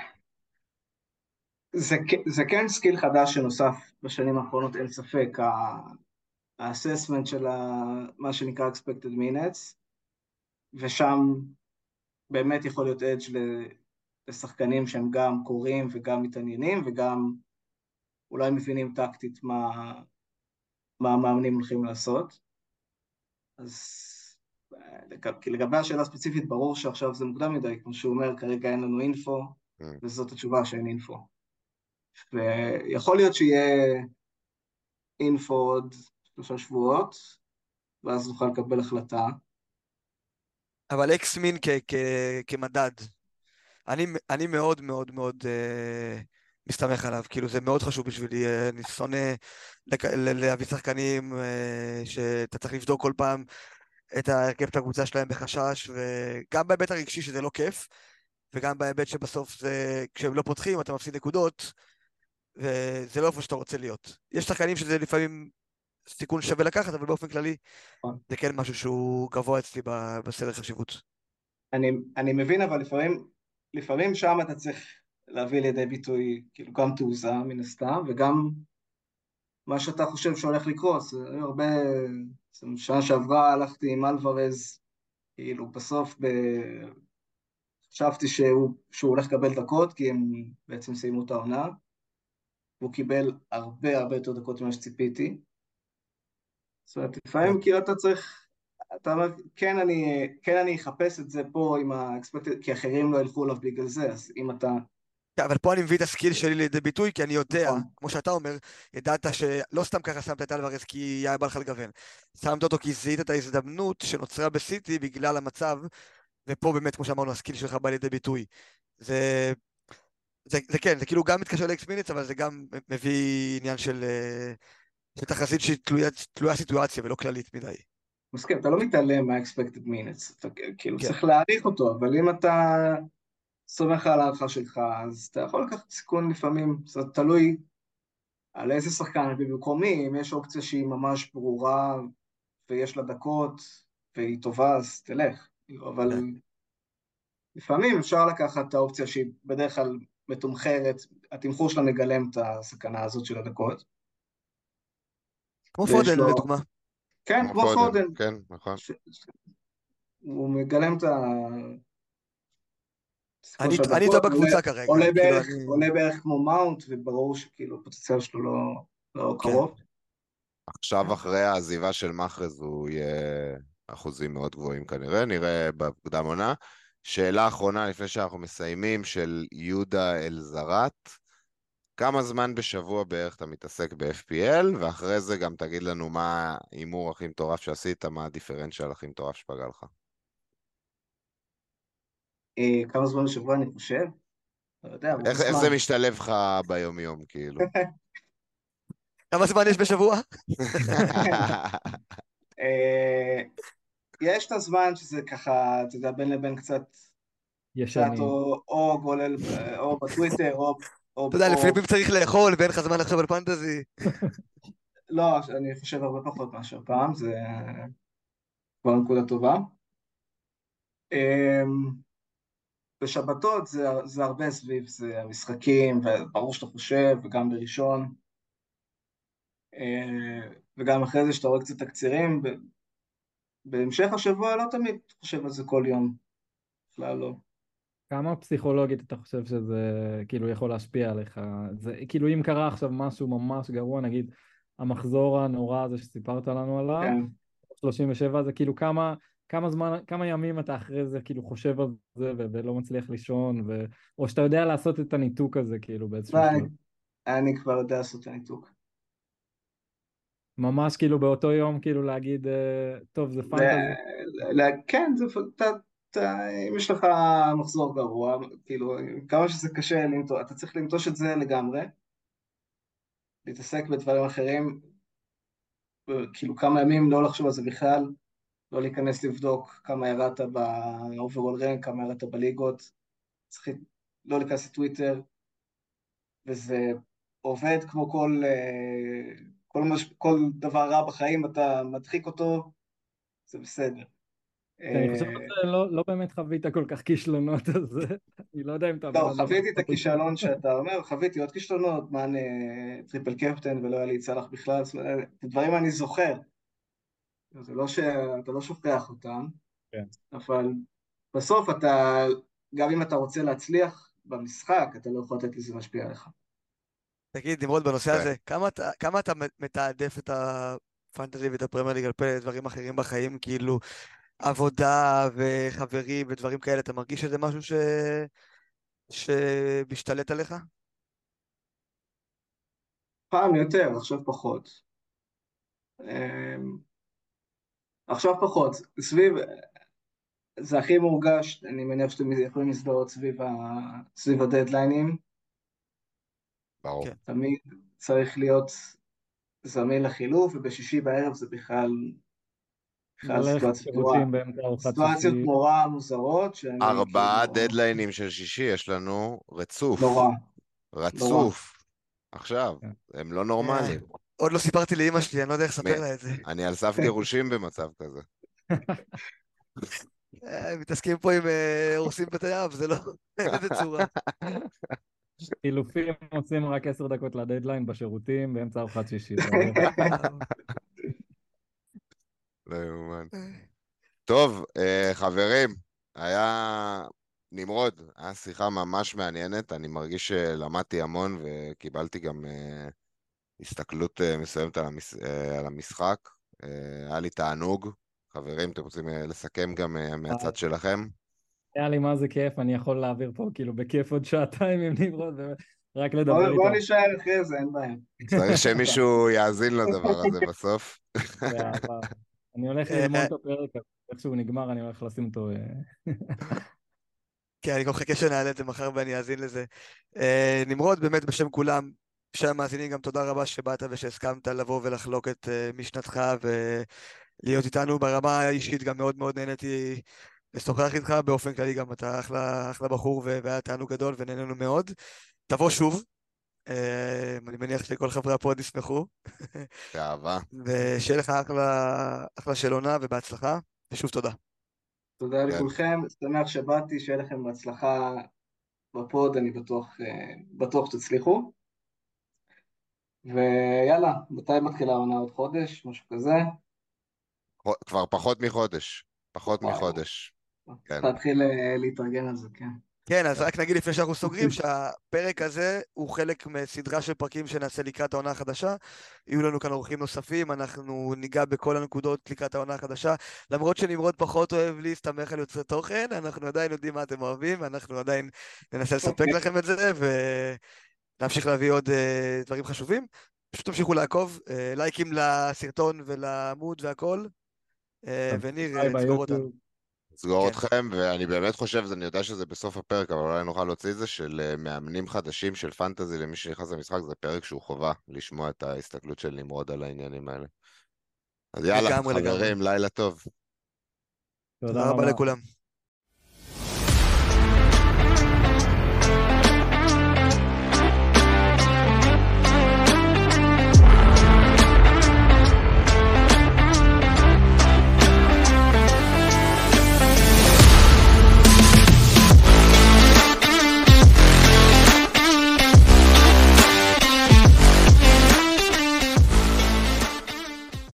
זה כן סקיל חדש שנוסף בשנים האחרונות, אין ספק, האססמנט של מה שנקרא expected minutes, ושם באמת יכול להיות אדג' לשחקנים שהם גם קוראים וגם מתעניינים, וגם אולי מבינים טקטית מה המאמנים הולכים לעשות. אז לגבי השאלה הספציפית, ברור שעכשיו זה מוקדם מדי, כמו שהוא אומר, כרגע אין לנו אינפו, וזאת התשובה שאין אינפו. ויכול להיות שיהיה אינפו עוד 3 שבועות, ואז נוכל לקבל החלטה. אבל אקס מין כמדד, אני מאוד מאוד מאוד מסתמך עליו, כאילו זה מאוד חשוב בשבילי, אני שונא להביא שחקנים שאתה צריך לבדוק כל פעם את ההרכב את הקבוצה שלהם בחשש, וגם בהיבט הרגשי שזה לא כיף, וגם בהיבט שבסוף כשהם לא פותחים אתה מפסיד נקודות, וזה לא איפה שאתה רוצה להיות. יש שחקנים שזה לפעמים סיכון שווה לקחת, אבל באופן כללי זה כן משהו שהוא גבוה אצלי בסדר חשיבות. אני מבין, אבל לפעמים שם אתה צריך להביא לידי ביטוי, כאילו גם תעוזה מן הסתם, וגם מה שאתה חושב שהולך לקרות. היו הרבה, שנה שעברה הלכתי עם אלוורז, כאילו בסוף חשבתי שהוא הולך לקבל דקות, כי הם בעצם סיימו את העונה, והוא קיבל הרבה הרבה יותר דקות ממה שציפיתי. זאת אומרת, לפעמים כאילו אתה צריך, אתה אומר, כן אני אחפש את זה פה עם האקספקטד, כי אחרים לא ילכו עליו בגלל זה, אז אם אתה... אבל פה אני מביא את הסקיל שלי לידי ביטוי, כי אני יודע, כמו שאתה אומר, ידעת שלא סתם ככה שמת את אלוורז כי היה בא לך לגוון. שמת אותו כי זיהית את ההזדמנות שנוצרה בסיטי בגלל המצב, ופה באמת, כמו שאמרנו, הסקיל שלך בא לידי ביטוי. זה כן, זה כאילו גם מתקשר לאקס מינץ, אבל זה גם מביא עניין של תחזית שהיא תלויה סיטואציה ולא כללית מדי. מסכים, אתה לא מתעלם מה-expected minutes, אתה כאילו צריך להעריך אותו, אבל אם אתה סומך על הערכה שלך, אז אתה יכול לקחת סיכון לפעמים, זה תלוי על איזה שחקן הביא במקומי, אם יש אופציה שהיא ממש ברורה ויש לה דקות והיא טובה, אז תלך. כאילו, אבל כן. לפעמים אפשר לקחת את האופציה שהיא בדרך כלל מתומחרת, התמחור שלה מגלם את הסכנה הזאת של הדקות, כמו ויש פודן, לו, לדוגמה. כן, כמו כמו פודן, פודן, כן, נכון. הוא מגלם את הסיכון של אני איתו הדקות, בקבוצה כרגע, כאילו אני... עולה בערך כמו מאונט, וברור שכאילו הפוטנציאל שלו לא כן. קרוב. עכשיו אחרי העזיבה של מחרז הוא יהיה אחוזים מאוד גבוהים כנראה, נראה בקדם עונה. שאלה אחרונה לפני שאנחנו מסיימים, של יהודה אלזרת. כמה זמן בשבוע בערך אתה מתעסק ב-FPL, ואחרי זה גם תגיד לנו מה ההימור הכי מטורף שעשית, מה הדיפרנציאל הכי מטורף שפגע לך. כמה זמן בשבוע אני חושב? לא יודע, אבל איך בזמן. זה משתלב לך ביום-יום, כאילו? כמה זמן יש בשבוע? אה, יש את הזמן שזה ככה, אתה יודע, בין לבין קצת ישנים. או גולל, או בטוויטר, אתה יודע, או לפעמים צריך לאכול ואין לך זמן לחשוב על פנטזי. לא, אני חושב הרבה פחות מאשר פעם, זה כבר נקודה טובה. אמ, בשבתות זה הרבה סביב, זה המשחקים, וברור שאתה חושב, וגם בראשון, וגם אחרי זה שאתה רואה קצת תקצירים, בהמשך השבוע לא תמיד חושב על זה כל יום, בכלל לא. כמה פסיכולוגית אתה חושב שזה כאילו יכול להשפיע עליך? זה כאילו אם קרה עכשיו משהו ממש גרוע, נגיד המחזור הנורא הזה שסיפרת לנו עליו, כן. 37, זה כאילו כמה זמן, כמה ימים אתה אחרי זה כאילו חושב על זה ולא מצליח לישון, או שאתה יודע לעשות את הניתוק הזה כאילו לא, באיזשהו שלב. אני כבר יודע לעשות את הניתוק. ממש כאילו באותו יום כאילו להגיד, טוב זה פנטזי. כן, אם יש לך מחזור גרוע, כאילו, כמה שזה קשה, אתה צריך לנטוש את זה לגמרי, להתעסק בדברים אחרים, כאילו כמה ימים לא לחשוב על זה בכלל, לא להיכנס לבדוק כמה ירדת ב-overall rank, כמה ירדת בליגות, צריך לא להיכנס לטוויטר, וזה עובד כמו כל דבר רע בחיים, אתה מדחיק אותו, זה בסדר. אני חושב שזה לא באמת חווית כל כך כישלונות, אז אני לא יודע אם אתה הבן לא, אדם חוויתי את הפוטנציאל. הכישלון שאתה אומר, חוויתי עוד כישלונות, מען טריפל קפטן ולא היה לי צלח בכלל, זאת אומרת, את הדברים אני זוכר, זה לא שאתה לא שוכח אותם, כן. אבל בסוף אתה, גם אם אתה רוצה להצליח במשחק, אתה לא יכול לתת לזה להשפיע עליך. תגיד, נמרוד, בנושא כן. הזה, כמה אתה מתעדף את הפנטזי ואת הפרמייר ליג על פני דברים אחרים בחיים, כאילו עבודה וחברים ודברים כאלה, אתה מרגיש שזה משהו שמשתלט עליך? פעם יותר, עכשיו פחות. עכשיו פחות, זה הכי מורגש, אני מניח שאתם יכולים להזדהות סביב הדדליינים, ברור. כן. תמיד צריך להיות זמין לחילוף, ובשישי בערב זה בכלל ללכת סיטואציות לשירותים באמצע ארוחת סיטואציות שישי. נורא מוזרות, שאני 4 כאילו, דדליינים של שישי יש לנו רצוף. נורא, נורא. רצוף. עכשיו, כן. הם לא נורמליים. עוד לא סיפרתי לאמא שלי, אני לא יודע איך לספר לה את זה. אני על סף גירושים במצב כזה. מתעסקים פה עם הורסים בתי אב, זה לא, אין לזה צורה. חילופים עושים רק 10 דקות לדדליין בשירותים באמצע ארוחת שישי. זה עובד. לא יאומן. טוב, חברים, היה נמרוד, היה שיחה ממש מעניינת, אני מרגיש שלמדתי המון וקיבלתי גם הסתכלות מסוימת על המשחק. היה לי תענוג. חברים, אתם רוצים לסכם גם מהצד שלכם? היה לי מה זה כיף, אני יכול להעביר פה כאילו בכיף עוד שעתיים עם נמרוד, רק לדבר בוא איתו. נשאר אחרי זה, אין בעיה. צריך שמישהו יאזין לדבר הזה בסוף. באהבה. אני הולך ללמוד את הפרק, איך שהוא נגמר אני הולך לשים אותו. כן, אני גם מחכה שנעלה את זה מחר ואני אאזין לזה. נמרוד, באמת בשם כולם, בשם המאזינים, גם תודה רבה שבאת ושהסכמת לבוא ולחלוק את משנתך ולהיות איתנו ברמה האישית, גם מאוד מאוד נהניתי לשוחח איתך, באופן כללי גם אתה אחלה בחור והיה תענוג גדול ונהנינו מאוד. תבוא שוב, אני מניח שכל חברי הפוד ישמחו. באהבה. ושיהיה לך אחלה של עונה ובהצלחה, ושוב תודה. תודה כן. לכולכם, שמח שבאתי, שיהיה לכם בהצלחה בפוד, אני בטוח שתצליחו. ויאללה, מתי מתחילה העונה? עוד חודש, משהו כזה? כבר פחות מחודש. פחות וואי, מחודש. צריך כן. להתחיל להתארגן על זה, כן. כן, אז כן. רק נגיד לפני שאנחנו סוגרים שהפרק הזה הוא חלק מסדרה של פרקים שנעשה לקראת העונה החדשה. יהיו לנו כאן אורחים נוספים, אנחנו ניגע בכל הנקודות לקראת העונה החדשה. למרות שנמרוד פחות אוהב להסתמך על יוצרי תוכן, אנחנו עדיין יודעים מה אתם אוהבים, ואנחנו עדיין ננסה לספק לכם את זה, ונמשיך להביא עוד דברים חשובים. פשוט תמשיכו לעקוב, לייקים לסרטון ולעמוד והכל, וניר, ביי תסגור אותנו. ביוטיוב. סגור כן. אתכם, ואני באמת חושב, אני יודע שזה בסוף הפרק, אבל אולי נוכל להוציא את זה, של מאמנים חדשים של פנטזי למי שנכנס למשחק, זה פרק שהוא חובה לשמוע את ההסתכלות של נמרוד על העניינים האלה. אז יאללה, לגמרי, לגמרי. חברים, לילה טוב. תודה תודה רבה רבה. לכולם.